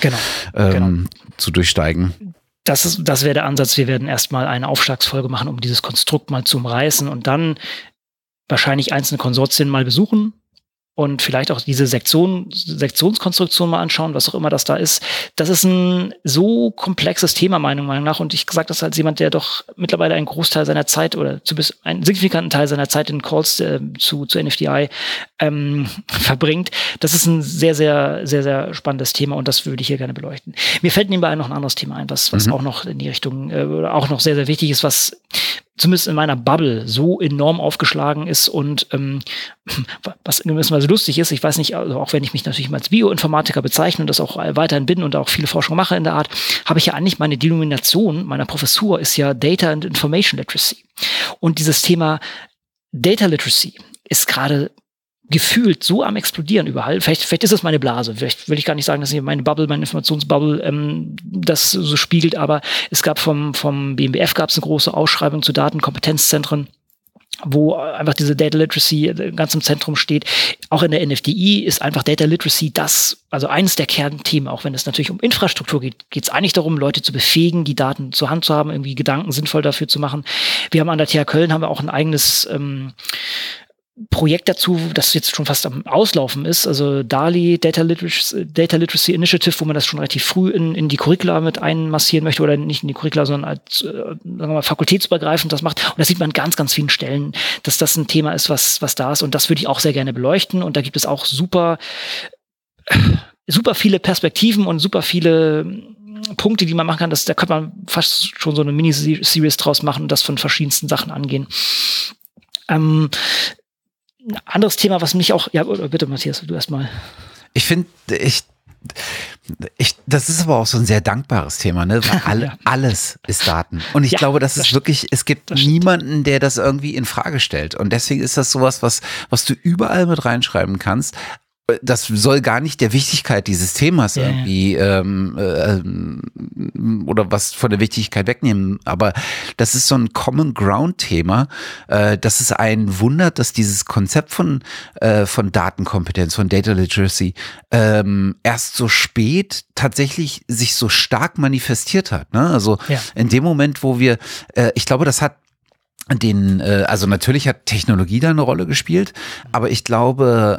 zu durchsteigen. Das wäre der Ansatz. Wir werden erstmal eine Aufschlagsfolge machen, um dieses Konstrukt mal zu umreißen und dann wahrscheinlich einzelne Konsortien mal besuchen und vielleicht auch diese Sektionskonstruktion mal anschauen, was auch immer das da ist. Das ist ein so komplexes Thema, meiner Meinung nach. Und ich sage das als jemand, der doch mittlerweile einen Großteil seiner Zeit oder zumindest einen signifikanten Teil seiner Zeit in Calls zu NFDI verbringt. Das ist ein sehr, sehr, sehr, sehr spannendes Thema und das würde ich hier gerne beleuchten. Mir fällt nebenbei noch ein anderes Thema ein, was auch noch in die Richtung oder auch noch sehr, sehr wichtig ist, was zumindest in meiner Bubble so enorm aufgeschlagen ist und was in gewisser Weise lustig ist, ich weiß nicht, also auch wenn ich mich natürlich als Bioinformatiker bezeichne und das auch weiterhin bin und auch viele Forschung mache in der Art, habe ich ja eigentlich meine Denomination meiner Professur ist ja Data and Information Literacy. Und dieses Thema Data Literacy ist gerade gefühlt so am Explodieren überall. Vielleicht ist das meine Blase. Vielleicht will ich gar nicht sagen, dass hier meine Bubble, meine Informationsbubble das so spiegelt, aber es gab vom BMBF gab es eine große Ausschreibung zu Datenkompetenzzentren, wo einfach diese Data Literacy ganz im Zentrum steht. Auch in der NFDI ist einfach Data Literacy also eines der Kernthemen, auch wenn es natürlich um Infrastruktur geht, geht es eigentlich darum, Leute zu befähigen, die Daten zur Hand zu haben, irgendwie Gedanken sinnvoll dafür zu machen. Wir haben an der TH Köln auch ein eigenes Projekt dazu, das jetzt schon fast am Auslaufen ist, also DALI, Data Literacy Initiative, wo man das schon relativ früh in die Curricula mit einmassieren möchte oder nicht in die Curricula, sondern als, sagen wir mal, fakultätsübergreifend das macht. Und das sieht man an ganz, ganz vielen Stellen, dass das ein Thema ist, was da ist. Und das würde ich auch sehr gerne beleuchten. Und da gibt es auch super viele Perspektiven und super viele Punkte, die man machen kann. Da könnte man fast schon so eine Mini-Series draus machen und das von verschiedensten Sachen angehen. Ein anderes Thema, was mich auch, ja, bitte Matthias, du erstmal. Ich finde, das ist aber auch so ein sehr dankbares Thema, ne? Weil alles ist Daten. Und ich glaube, das ist wirklich, es gibt niemanden, der das irgendwie in Frage stellt. Und deswegen ist das sowas, was du überall mit reinschreiben kannst. Das soll gar nicht der Wichtigkeit dieses Themas irgendwie oder was von der Wichtigkeit wegnehmen, aber das ist so ein Common Ground Thema. Das ist ein Wunder, dass dieses Konzept von Datenkompetenz, von Data Literacy erst so spät tatsächlich sich so stark manifestiert hat. Ne? Also in dem Moment, wo wir, ich glaube, das hat also natürlich hat Technologie da eine Rolle gespielt, aber ich glaube,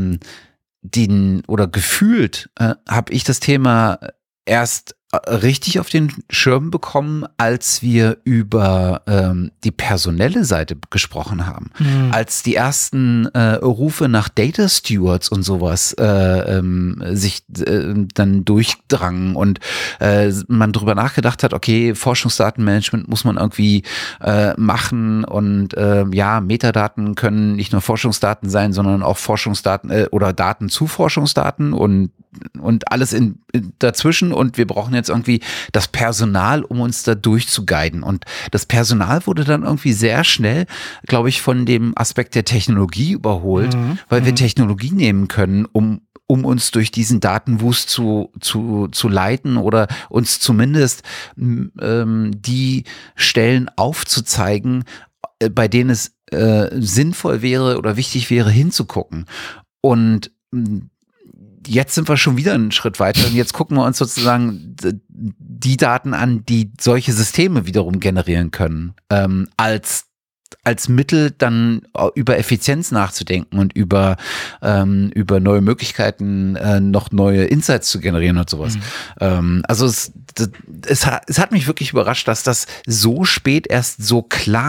gefühlt habe ich das Thema erst richtig auf den Schirm bekommen, als wir über die personelle Seite gesprochen haben. Als die ersten Rufe nach Data Stewards und sowas sich dann durchdrangen und man drüber nachgedacht hat, okay, Forschungsdatenmanagement muss man irgendwie machen und Metadaten können nicht nur Forschungsdaten sein, sondern auch Forschungsdaten oder Daten zu Forschungsdaten und alles dazwischen und wir brauchen jetzt irgendwie das Personal, um uns da durchzuguiden. Und das Personal wurde dann irgendwie sehr schnell, glaube ich, von dem Aspekt der Technologie überholt, weil wir Technologie nehmen können, um uns durch diesen Datenwust zu leiten oder uns zumindest die Stellen aufzuzeigen, bei denen es sinnvoll wäre oder wichtig wäre, hinzugucken. Und jetzt sind wir schon wieder einen Schritt weiter und jetzt gucken wir uns sozusagen die Daten an, die solche Systeme wiederum generieren können, als Mittel dann über Effizienz nachzudenken und über neue Möglichkeiten, noch neue Insights zu generieren und sowas. Also es hat mich wirklich überrascht, dass das so spät erst so klar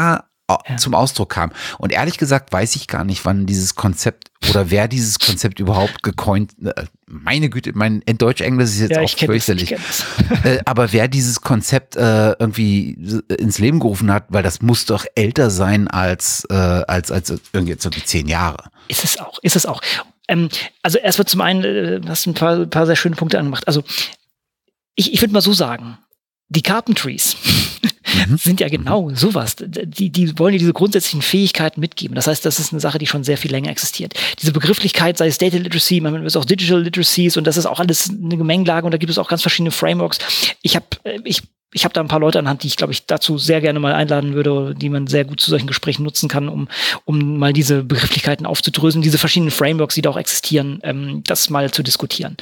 zum Ausdruck kam. Und ehrlich gesagt weiß ich gar nicht, wann dieses Konzept oder wer dieses Konzept überhaupt gecoint, meine Güte, mein Deutsch-Englisch ist jetzt auch fürchterlich. Aber wer dieses Konzept irgendwie ins Leben gerufen hat, weil das muss doch älter sein als irgendwie jetzt so die 10 Jahre. Ist es auch. Also erstmal zum einen, hast du ein paar sehr schöne Punkte angemacht. Also ich würde mal so sagen, die Carpentries sind ja genau sowas. Die wollen dir diese grundsätzlichen Fähigkeiten mitgeben. Das heißt, das ist eine Sache, die schon sehr viel länger existiert. Diese Begrifflichkeit, sei es Data Literacy, man nennt es auch Digital Literacies, und das ist auch alles eine Gemengelage, und da gibt es auch ganz verschiedene Frameworks. Ich habe da ein paar Leute an Hand, die ich, glaube ich, dazu sehr gerne mal einladen würde, die man sehr gut zu solchen Gesprächen nutzen kann, um mal diese Begrifflichkeiten aufzudröseln, diese verschiedenen Frameworks, die da auch existieren, das mal zu diskutieren.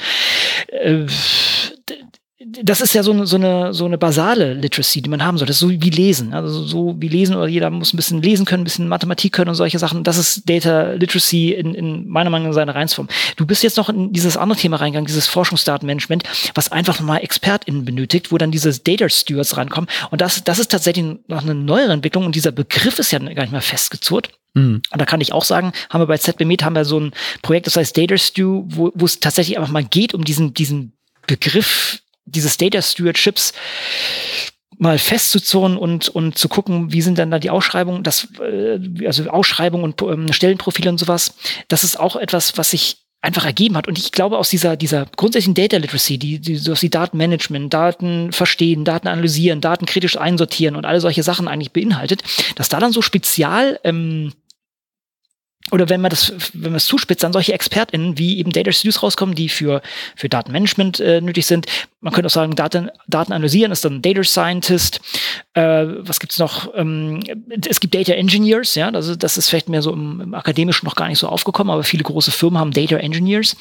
Das ist ja so eine basale Literacy, die man haben sollte. Das ist so wie Lesen. Also so wie Lesen, oder jeder muss ein bisschen lesen können, ein bisschen Mathematik können und solche Sachen. Das ist Data Literacy in meiner Meinung nach seiner Reinsform. Du bist jetzt noch in dieses andere Thema reingegangen, dieses Forschungsdatenmanagement, was einfach nochmal ExpertInnen benötigt, wo dann diese Data Stewards rankommen. Und das ist tatsächlich noch eine neuere Entwicklung, und dieser Begriff ist ja gar nicht mehr festgezurrt. Und da kann ich auch sagen, haben wir bei ZBMed so ein Projekt, das heißt Data Stew, wo es tatsächlich einfach mal geht, um diesen Begriff dieses Data Stewardships mal festzuzurren und zu gucken, wie sind dann da die Ausschreibungen, also Ausschreibungen und Stellenprofile und sowas. Das ist auch etwas, was sich einfach ergeben hat. Und ich glaube, aus dieser grundsätzlichen Data Literacy, die Datenmanagement, Daten verstehen, Daten analysieren, Daten kritisch einsortieren und alle solche Sachen eigentlich beinhaltet, dass da dann so spezial oder wenn wir es zuspitzen, dann solche ExpertInnen wie eben Data Studios rauskommen, die für Datenmanagement nötig sind. Man könnte auch sagen, Daten analysieren ist dann Data Scientist. Was gibt's noch? Es gibt Data Engineers, ja, also das ist vielleicht mehr so im Akademischen noch gar nicht so aufgekommen, aber viele große Firmen haben Data Engineers.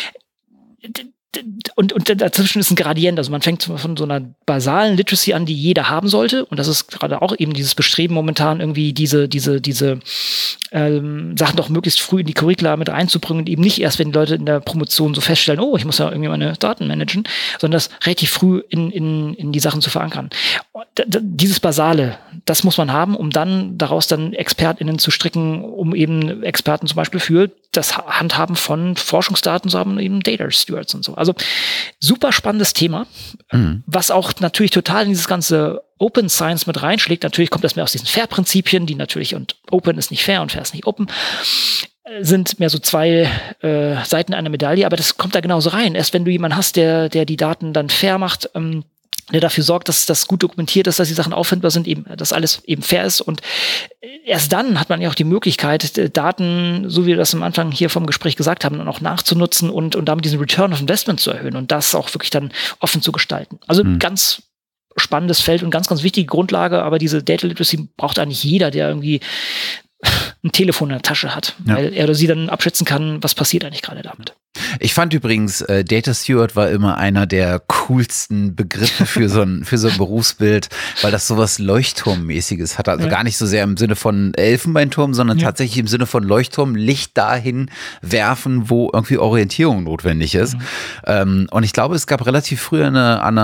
Und dazwischen ist ein Gradient, also man fängt von so einer basalen Literacy an, die jeder haben sollte, und das ist gerade auch eben dieses Bestreben momentan, irgendwie diese Sachen doch möglichst früh in die Curricula mit reinzubringen, und eben nicht erst, wenn die Leute in der Promotion so feststellen, oh, ich muss ja irgendwie meine Daten managen, sondern das relativ früh in die Sachen zu verankern. Dieses Basale, das muss man haben, um dann daraus dann ExpertInnen zu stricken, um eben Experten zum Beispiel für das Handhaben von Forschungsdaten zu haben, eben Data Stewards und so. Also super spannendes Thema, was auch natürlich total in dieses ganze Open Science mit reinschlägt. Natürlich kommt das mehr aus diesen Fair-Prinzipien, die natürlich, und Open ist nicht fair und fair ist nicht open, sind mehr so zwei Seiten einer Medaille, aber das kommt da genauso rein. Erst wenn du jemanden hast, der die Daten dann fair macht, der dafür sorgt, dass das gut dokumentiert ist, dass die Sachen auffindbar sind, eben, dass alles eben fair ist, und erst dann hat man ja auch die Möglichkeit, Daten, so wie wir das am Anfang hier vom Gespräch gesagt haben, dann auch nachzunutzen und damit diesen Return of Investment zu erhöhen und das auch wirklich dann offen zu gestalten. Also ganz spannendes Feld und ganz, ganz wichtige Grundlage, aber diese Data Literacy braucht eigentlich jeder, der irgendwie ein Telefon in der Tasche hat, weil er oder sie dann abschätzen kann, was passiert eigentlich gerade damit. Ich fand übrigens, Data Steward war immer einer der coolsten Begriffe für so ein Berufsbild, weil das sowas Leuchtturmmäßiges hat. Also gar nicht so sehr im Sinne von Elfenbeinturm, sondern tatsächlich im Sinne von Leuchtturm, Licht dahin werfen, wo irgendwie Orientierung notwendig ist. Und ich glaube, es gab relativ früh an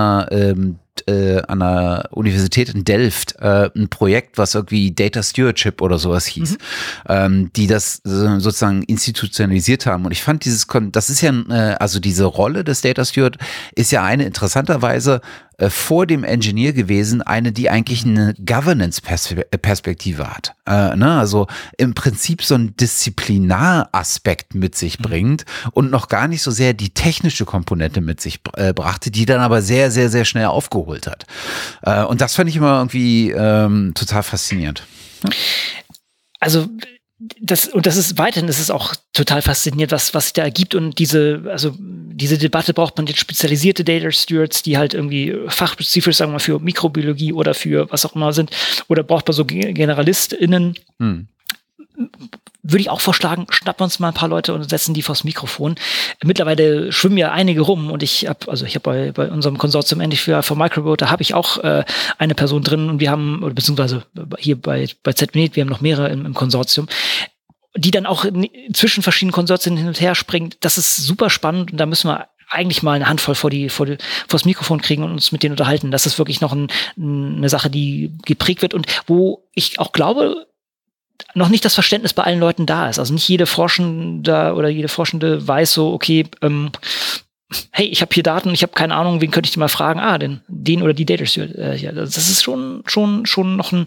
der Universität in Delft ein Projekt, was irgendwie Data Stewardship oder sowas hieß, die das sozusagen institutionalisiert haben. Und ich fand das ist ja, also diese Rolle des Data Steward ist ja interessanterweise vor dem Engineer gewesen, eine, die eigentlich eine Governance-Perspektive hat. Also im Prinzip so einen Disziplinaraspekt mit sich bringt und noch gar nicht so sehr die technische Komponente mit sich brachte, die dann aber sehr, sehr, sehr schnell aufgeholt hat. Und das fand ich immer irgendwie total faszinierend. Also das ist weiterhin, das ist auch total faszinierend, was sich da ergibt, und diese Debatte, braucht man jetzt spezialisierte Data Stewards, die halt irgendwie fachspezifisch, sagen wir mal, für Mikrobiologie oder für was auch immer sind, oder braucht man so GeneralistInnen? Würde ich auch vorschlagen, schnappen wir uns mal ein paar Leute und setzen die vors Mikrofon. Mittlerweile schwimmen ja einige rum, und ich habe bei unserem Konsortium endlich für Microbiota, da habe ich auch eine Person drin, und wir haben, oder beziehungsweise hier bei ZBMed, wir haben noch mehrere im Konsortium, die dann auch zwischen verschiedenen Konsortien hin und her springen. Das ist super spannend, und da müssen wir eigentlich mal eine Handvoll vors Mikrofon kriegen und uns mit denen unterhalten. Das ist wirklich noch eine Sache, die geprägt wird und wo ich auch glaube, noch nicht das Verständnis bei allen Leuten da ist. Also nicht jede Forschende oder jede Forschende weiß so, okay, hey, ich habe hier Daten, ich habe keine Ahnung, wen könnte ich dir mal fragen? Den oder die Data Steward. Das ist schon noch ein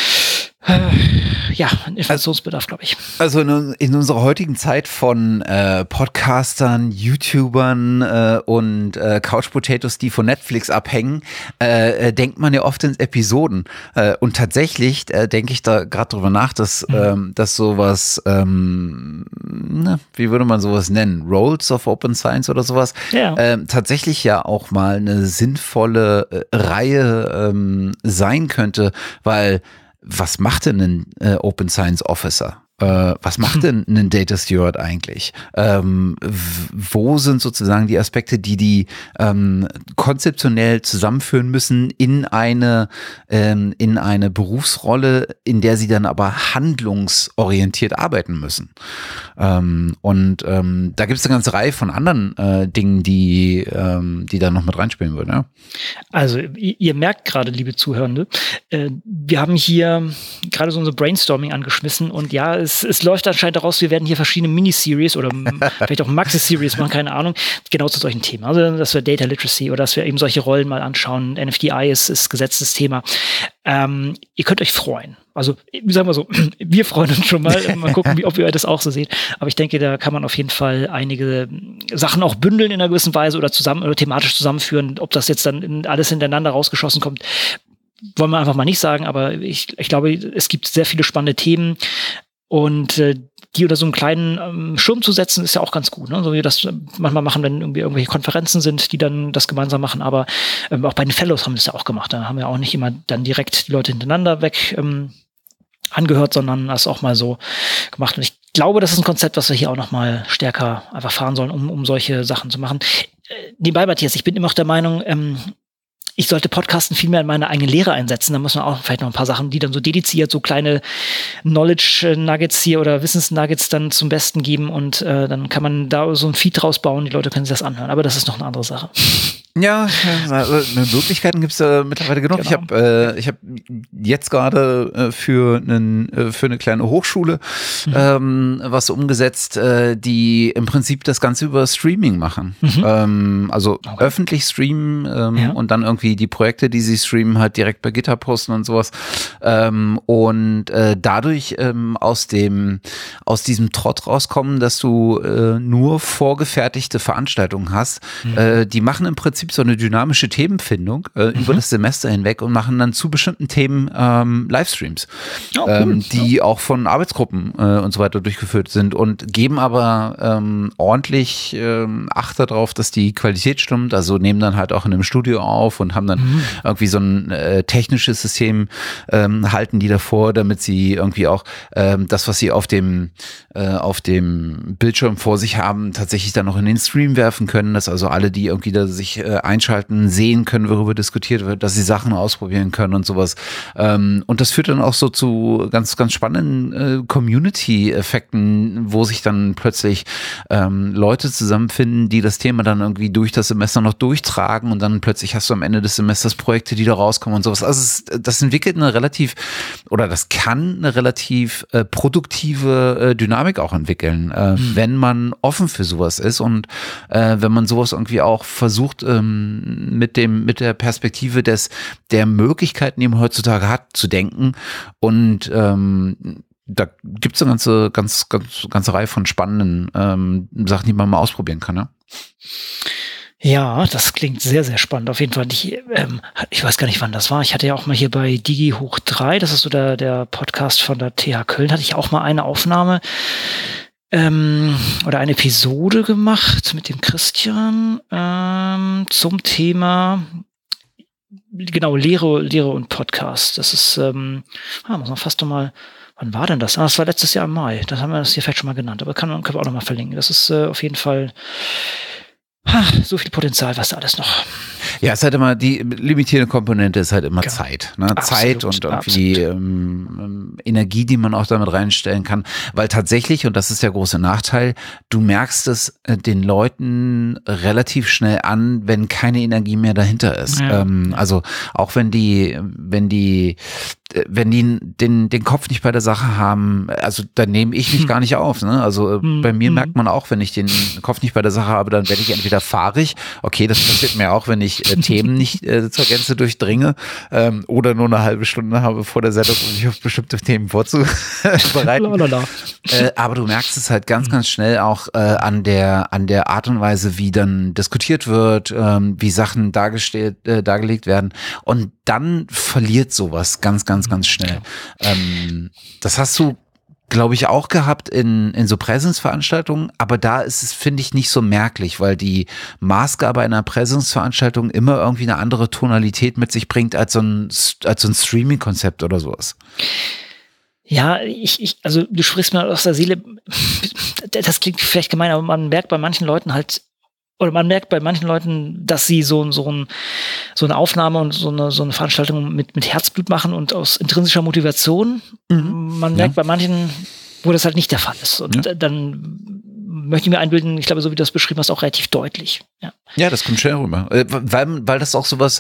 ein Informationsbedarf, glaube ich. Also in unserer heutigen Zeit von Podcastern, YouTubern und Couch Potatoes, die von Netflix abhängen, denkt man ja oft in Episoden. Und tatsächlich denke ich da gerade drüber nach, dass sowas, wie würde man sowas nennen? Roles of Open Science oder sowas? Ja. Tatsächlich ja auch mal eine sinnvolle Reihe sein könnte, weil was macht denn ein Open Science Officer? Was macht denn ein Data Steward eigentlich? Wo sind sozusagen die Aspekte, die konzeptionell zusammenführen müssen in eine Berufsrolle, in der sie dann aber handlungsorientiert arbeiten müssen? Da gibt es eine ganze Reihe von anderen Dingen, die da noch mit reinspielen würden. Ja? Also ihr merkt gerade, liebe Zuhörende, wir haben hier gerade so unser Brainstorming angeschmissen und ja, es läuft anscheinend daraus, wir werden hier verschiedene Miniseries oder vielleicht auch Maxi-Series machen, keine Ahnung, genau zu solchen Themen. Also, dass wir Data Literacy oder dass wir eben solche Rollen mal anschauen. NFDI ist gesetztes Thema. Ihr könnt euch freuen. Also, sagen wir so, wir freuen uns schon mal. Mal gucken, ob ihr das auch so seht. Aber ich denke, da kann man auf jeden Fall einige Sachen auch bündeln in einer gewissen Weise oder thematisch zusammenführen. Ob das jetzt dann alles hintereinander rausgeschossen kommt, wollen wir einfach mal nicht sagen. Aber ich glaube, es gibt sehr viele spannende Themen. Und die unter so einen kleinen Schirm zu setzen, ist ja auch ganz gut. Ne? So wie wir das manchmal machen, wenn irgendwie irgendwelche Konferenzen sind, die dann das gemeinsam machen. Aber auch bei den Fellows haben wir das ja auch gemacht. Da haben wir auch nicht immer dann direkt die Leute hintereinander weg angehört, sondern das auch mal so gemacht. Und ich glaube, das ist ein Konzept, was wir hier auch noch mal stärker einfach fahren sollen, um solche Sachen zu machen. Nebenbei, Matthias, ich bin immer noch der Meinung, ich sollte Podcasten viel mehr in meine eigene Lehre einsetzen. Da muss man auch vielleicht noch ein paar Sachen, die dann so dediziert, so kleine Knowledge-Nuggets hier oder Wissens-Nuggets dann zum Besten geben und dann kann man da so ein Feed draus bauen, die Leute können sich das anhören. Aber das ist noch eine andere Sache. Ja, also Möglichkeiten gibt es mittlerweile genug. Genau. Ich hab jetzt gerade für eine kleine Hochschule was umgesetzt, die im Prinzip das Ganze über Streaming machen. Also öffentlich streamen und dann irgendwie die Projekte, die sie streamen, halt direkt bei GitHub posten und sowas. Dadurch aus diesem Trott rauskommen, dass du nur vorgefertigte Veranstaltungen hast. Die machen im Prinzip so eine dynamische Themenfindung über das Semester hinweg und machen dann zu bestimmten Themen Livestreams, die auch von Arbeitsgruppen und so weiter durchgeführt sind und geben aber ordentlich Acht darauf, dass die Qualität stimmt, also nehmen dann halt auch in einem Studio auf und haben dann irgendwie so ein technisches System halten die davor, damit sie irgendwie auch das, was sie auf dem Bildschirm vor sich haben, tatsächlich dann noch in den Stream werfen können, dass also alle, die irgendwie da sich einschalten, sehen können, worüber diskutiert wird, dass sie Sachen ausprobieren können und sowas. Und das führt dann auch so zu ganz, ganz spannenden Community-Effekten, wo sich dann plötzlich Leute zusammenfinden, die das Thema dann irgendwie durch das Semester noch durchtragen und dann plötzlich hast du am Ende des Semesters Projekte, die da rauskommen und sowas. Also das entwickelt das kann eine relativ produktive Dynamik auch entwickeln, wenn man offen für sowas ist und wenn man sowas irgendwie auch versucht, mit der Perspektive der Möglichkeiten, die man heutzutage hat, zu denken. Und da gibt es eine ganze Reihe von spannenden Sachen, die man mal ausprobieren kann. Ne? Ja, das klingt sehr, sehr spannend. Auf jeden Fall. Ich weiß gar nicht, wann das war. Ich hatte ja auch mal hier bei Digi hoch 3, das ist so der Podcast von der TH Köln, hatte ich auch mal eine Aufnahme oder eine Episode gemacht mit dem Christian zum Thema genau Lehre und Podcast. Das ist, muss man fast nochmal, wann war denn das? Das war letztes Jahr im Mai. Das haben wir das hier vielleicht schon mal genannt, aber können wir auch nochmal verlinken. Das ist auf jeden Fall so viel Potenzial, was da alles noch. Ja, es ist halt immer, die limitierende Komponente ist halt immer Genau. Zeit. Ne? Absolut, Zeit und irgendwie Energie, die man auch damit reinstellen kann. Weil tatsächlich, und das ist der große Nachteil, du merkst es den Leuten relativ schnell an, wenn keine Energie mehr dahinter ist. Ja. Also auch wenn die den Kopf nicht bei der Sache haben, also da nehme ich mich gar nicht auf. Ne? Also bei mir merkt man auch, wenn ich den Kopf nicht bei der Sache habe, dann werde ich entweder fahrig. Okay, das passiert mir auch, wenn ich Themen nicht zur Gänze durchdringe oder nur eine halbe Stunde habe vor der Sendung, um mich auf bestimmte Themen vorzubereiten. Aber du merkst es halt ganz, ganz schnell auch an der Art und Weise, wie dann diskutiert wird, wie Sachen dargelegt werden. Und dann verliert sowas ganz, ganz, ganz schnell. Das hast du, glaube ich, auch gehabt in so Präsenzveranstaltungen, aber da ist es, finde ich, nicht so merklich, weil die Maßgabe einer Präsenzveranstaltung immer irgendwie eine andere Tonalität mit sich bringt als so ein Streaming-Konzept oder sowas. Ja, also du sprichst mir aus der Seele, das klingt vielleicht gemein, aber man merkt bei manchen Leuten, dass sie so eine Aufnahme und so eine Veranstaltung mit Herzblut machen und aus intrinsischer Motivation. Man merkt bei manchen, wo das halt nicht der Fall ist. Und dann möchte ich mir einbilden, ich glaube, so wie du das beschrieben hast, auch relativ deutlich. Ja, das kommt schnell rüber. Weil das auch sowas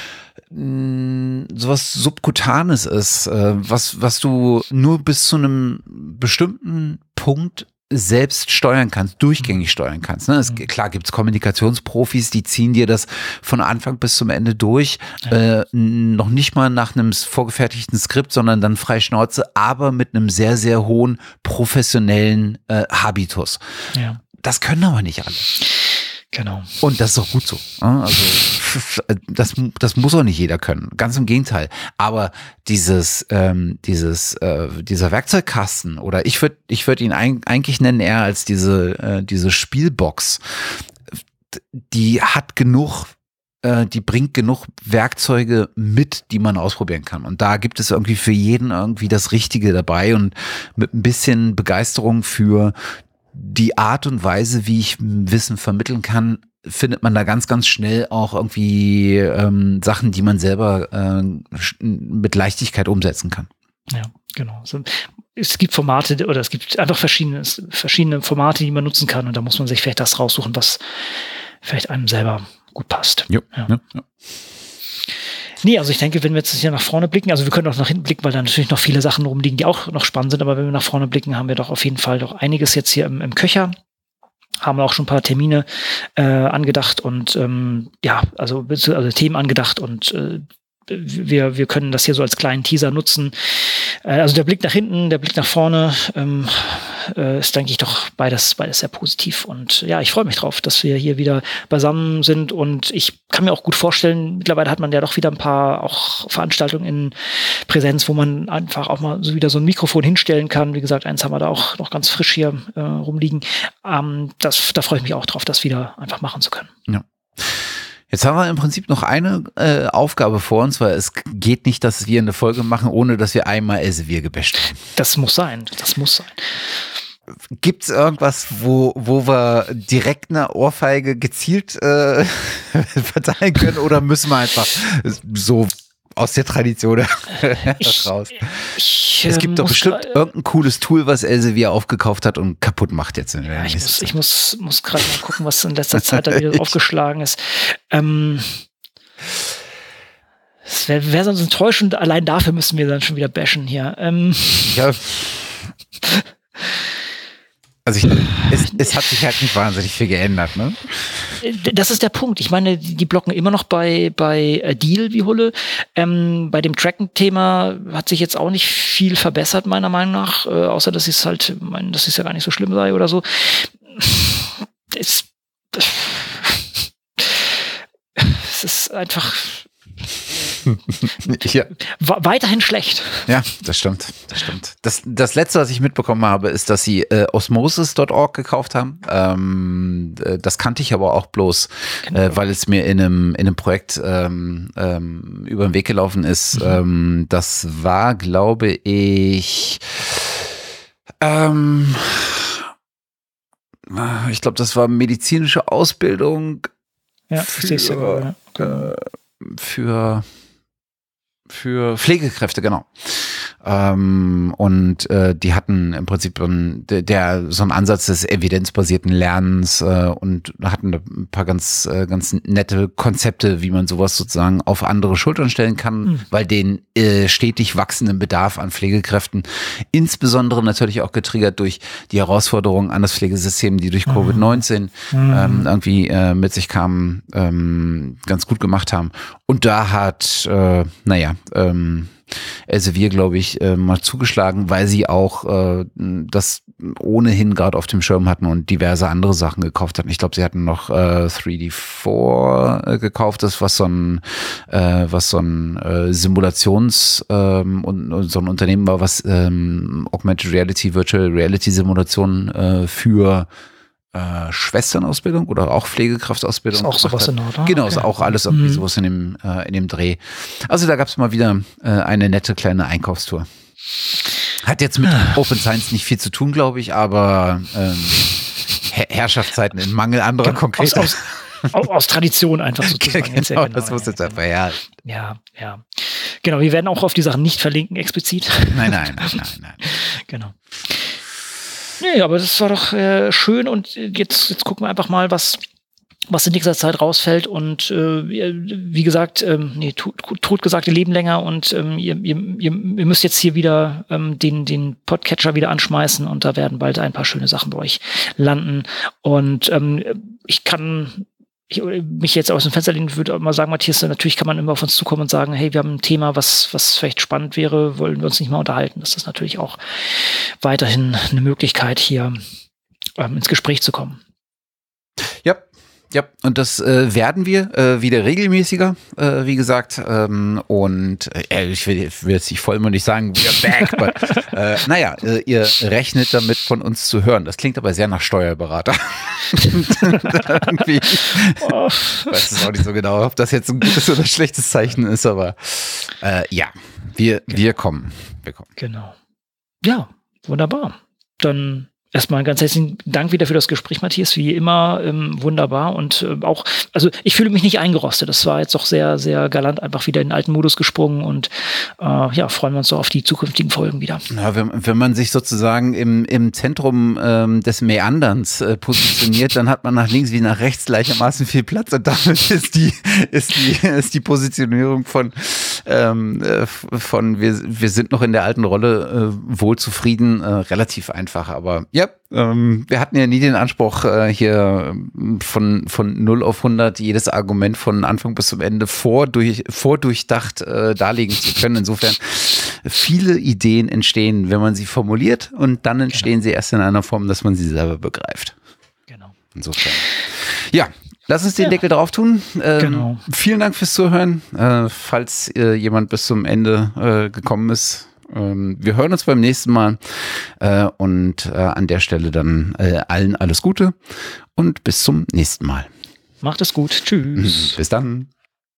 Subkutanes ist, was du nur bis zu einem bestimmten Punkt selbst steuern kannst, durchgängig steuern kannst. Ne? Klar gibt's Kommunikationsprofis, die ziehen dir das von Anfang bis zum Ende durch, noch nicht mal nach einem vorgefertigten Skript, sondern dann frei Schnauze, aber mit einem sehr, sehr hohen professionellen Habitus. Ja. Das können aber nicht alle. Genau. Und das ist auch gut so. Also das muss auch nicht jeder können. Ganz im Gegenteil. Aber dieser Werkzeugkasten, oder ich würde ihn eigentlich nennen eher als diese Spielbox, die hat genug, die bringt genug Werkzeuge mit, die man ausprobieren kann. Und da gibt es irgendwie für jeden irgendwie das Richtige dabei, und mit ein bisschen Begeisterung für die Art und Weise, wie ich Wissen vermitteln kann, findet man da ganz, ganz schnell auch irgendwie Sachen, die man selber mit Leichtigkeit umsetzen kann. Ja, genau. Es gibt Formate oder es gibt einfach verschiedene Formate, die man nutzen kann, und da muss man sich vielleicht das raussuchen, was vielleicht einem selber gut passt. Jo, ja. Nee, also ich denke, wenn wir jetzt hier nach vorne blicken, also wir können auch nach hinten blicken, weil da natürlich noch viele Sachen rumliegen, die auch noch spannend sind, aber wenn wir nach vorne blicken, haben wir doch auf jeden Fall doch einiges jetzt hier im Köcher. Haben wir auch schon ein paar Termine angedacht und also Themen angedacht, und wir können das hier so als kleinen Teaser nutzen. Also der Blick nach hinten, der Blick nach vorne ist, denke ich, doch beides sehr positiv. Und ja, ich freue mich drauf, dass wir hier wieder beisammen sind, und ich kann mir auch gut vorstellen, mittlerweile hat man ja doch wieder ein paar auch Veranstaltungen in Präsenz, wo man einfach auch mal so wieder so ein Mikrofon hinstellen kann. Wie gesagt, eins haben wir da auch noch ganz frisch hier rumliegen. Da freue ich mich auch drauf, das wieder einfach machen zu können. Ja. Jetzt haben wir im Prinzip noch eine Aufgabe vor uns, weil es geht nicht, dass wir eine Folge machen, ohne dass wir einmal Elsevier gebasht haben. Das muss sein. Gibt es irgendwas, wo wir direkt eine Ohrfeige gezielt verteilen können, oder müssen wir einfach so aus der Tradition raus? Es gibt doch bestimmt irgendein cooles Tool, was Elsevier aufgekauft hat und kaputt macht jetzt. Ja, ich muss gerade mal gucken, was in letzter Zeit da wieder aufgeschlagen ist. Es wäre sonst enttäuschend, allein dafür müssen wir dann schon wieder bashen hier. Ja. Also es hat sich halt nicht wahnsinnig viel geändert, ne? Das ist der Punkt. Ich meine, die blocken immer noch bei Deal wie Hulle. Bei dem Tracken-Thema hat sich jetzt auch nicht viel verbessert, meiner Meinung nach, außer dass es ja gar nicht so schlimm sei oder so. Es ist einfach ja. Weiterhin schlecht. Ja, das stimmt. Das Letzte, was ich mitbekommen habe, ist, dass sie osmosis.org gekauft haben. Das kannte ich aber auch bloß, weil es mir in einem Projekt über den Weg gelaufen ist. Das war, glaube ich, das war medizinische Ausbildung Ja, ich sehe es ja gerade. Für Pflegekräfte, genau. Die hatten im Prinzip so einen Ansatz des evidenzbasierten Lernens und hatten ein paar ganz nette Konzepte, wie man sowas sozusagen auf andere Schultern stellen kann, weil den stetig wachsenden Bedarf an Pflegekräften, insbesondere natürlich auch getriggert durch die Herausforderungen an das Pflegesystem, die durch Covid-19 irgendwie mit sich kamen, ganz gut gemacht haben. Und da hat, Elsevier, glaube ich, mal zugeschlagen, weil sie auch das ohnehin gerade auf dem Schirm hatten und diverse andere Sachen gekauft hatten. Ich glaube, sie hatten noch 3D4 gekauft, das was so ein Simulations und so ein Unternehmen war, was Augmented Reality, Virtual Reality Simulation für Schwesternausbildung oder auch Pflegekraftausbildung. Ist auch sowas in Ordnung. Genau, ist auch alles irgendwie sowas in dem Dreh. Also da gab es mal wieder eine nette kleine Einkaufstour. Hat jetzt mit Open Science nicht viel zu tun, glaube ich, aber Herrschaftszeiten in Mangel anderer konkreter. Aus Tradition einfach sozusagen. Genau, das muss jetzt einfach, ja. Ja. Genau, wir werden auch auf die Sachen nicht verlinken explizit. Nein. Genau. Nee, aber das war doch schön und jetzt gucken wir einfach mal, was in nächster Zeit rausfällt und wie gesagt, totgesagte leben länger und ihr müsst jetzt hier wieder den Podcatcher wieder anschmeißen und da werden bald ein paar schöne Sachen bei euch landen und ich mich jetzt aus dem Fenster lehnen, würde auch mal sagen, Matthias, natürlich kann man immer auf uns zukommen und sagen, hey, wir haben ein Thema, was vielleicht spannend wäre, wollen wir uns nicht mal unterhalten. Das ist natürlich auch weiterhin eine Möglichkeit, hier ins Gespräch zu kommen. Ja, und das werden wir wieder regelmäßiger, wie gesagt. Ich will jetzt nicht vollmundig sagen, we're back, but ihr rechnet damit, von uns zu hören. Das klingt aber sehr nach Steuerberater. Irgendwie, ich weiß es auch nicht so genau, ob das jetzt ein gutes oder schlechtes Zeichen ist, aber wir kommen. Genau. Ja, wunderbar. Dann erstmal ganz herzlichen Dank wieder für das Gespräch, Matthias, wie immer wunderbar und auch, also ich fühle mich nicht eingerostet, das war jetzt doch sehr, sehr galant, einfach wieder in den alten Modus gesprungen und freuen wir uns doch auf die zukünftigen Folgen wieder. Ja, wenn man sich sozusagen im Zentrum des Meanderns positioniert, dann hat man nach links wie nach rechts gleichermaßen viel Platz und damit ist die Positionierung von wir sind noch in der alten Rolle wohl zufrieden, relativ einfach, aber ja, wir hatten ja nie den Anspruch, hier von 0 auf 100 jedes Argument von Anfang bis zum Ende vordurchdacht darlegen zu können. Insofern, viele Ideen entstehen, wenn man sie formuliert und dann entstehen sie erst in einer Form, dass man sie selber begreift. Genau. Insofern. Ja. Lass uns den Deckel drauf tun. Genau. Vielen Dank fürs Zuhören. Falls jemand bis zum Ende gekommen ist, wir hören uns beim nächsten Mal und an der Stelle dann allen alles Gute und bis zum nächsten Mal. Macht es gut. Tschüss. Bis dann.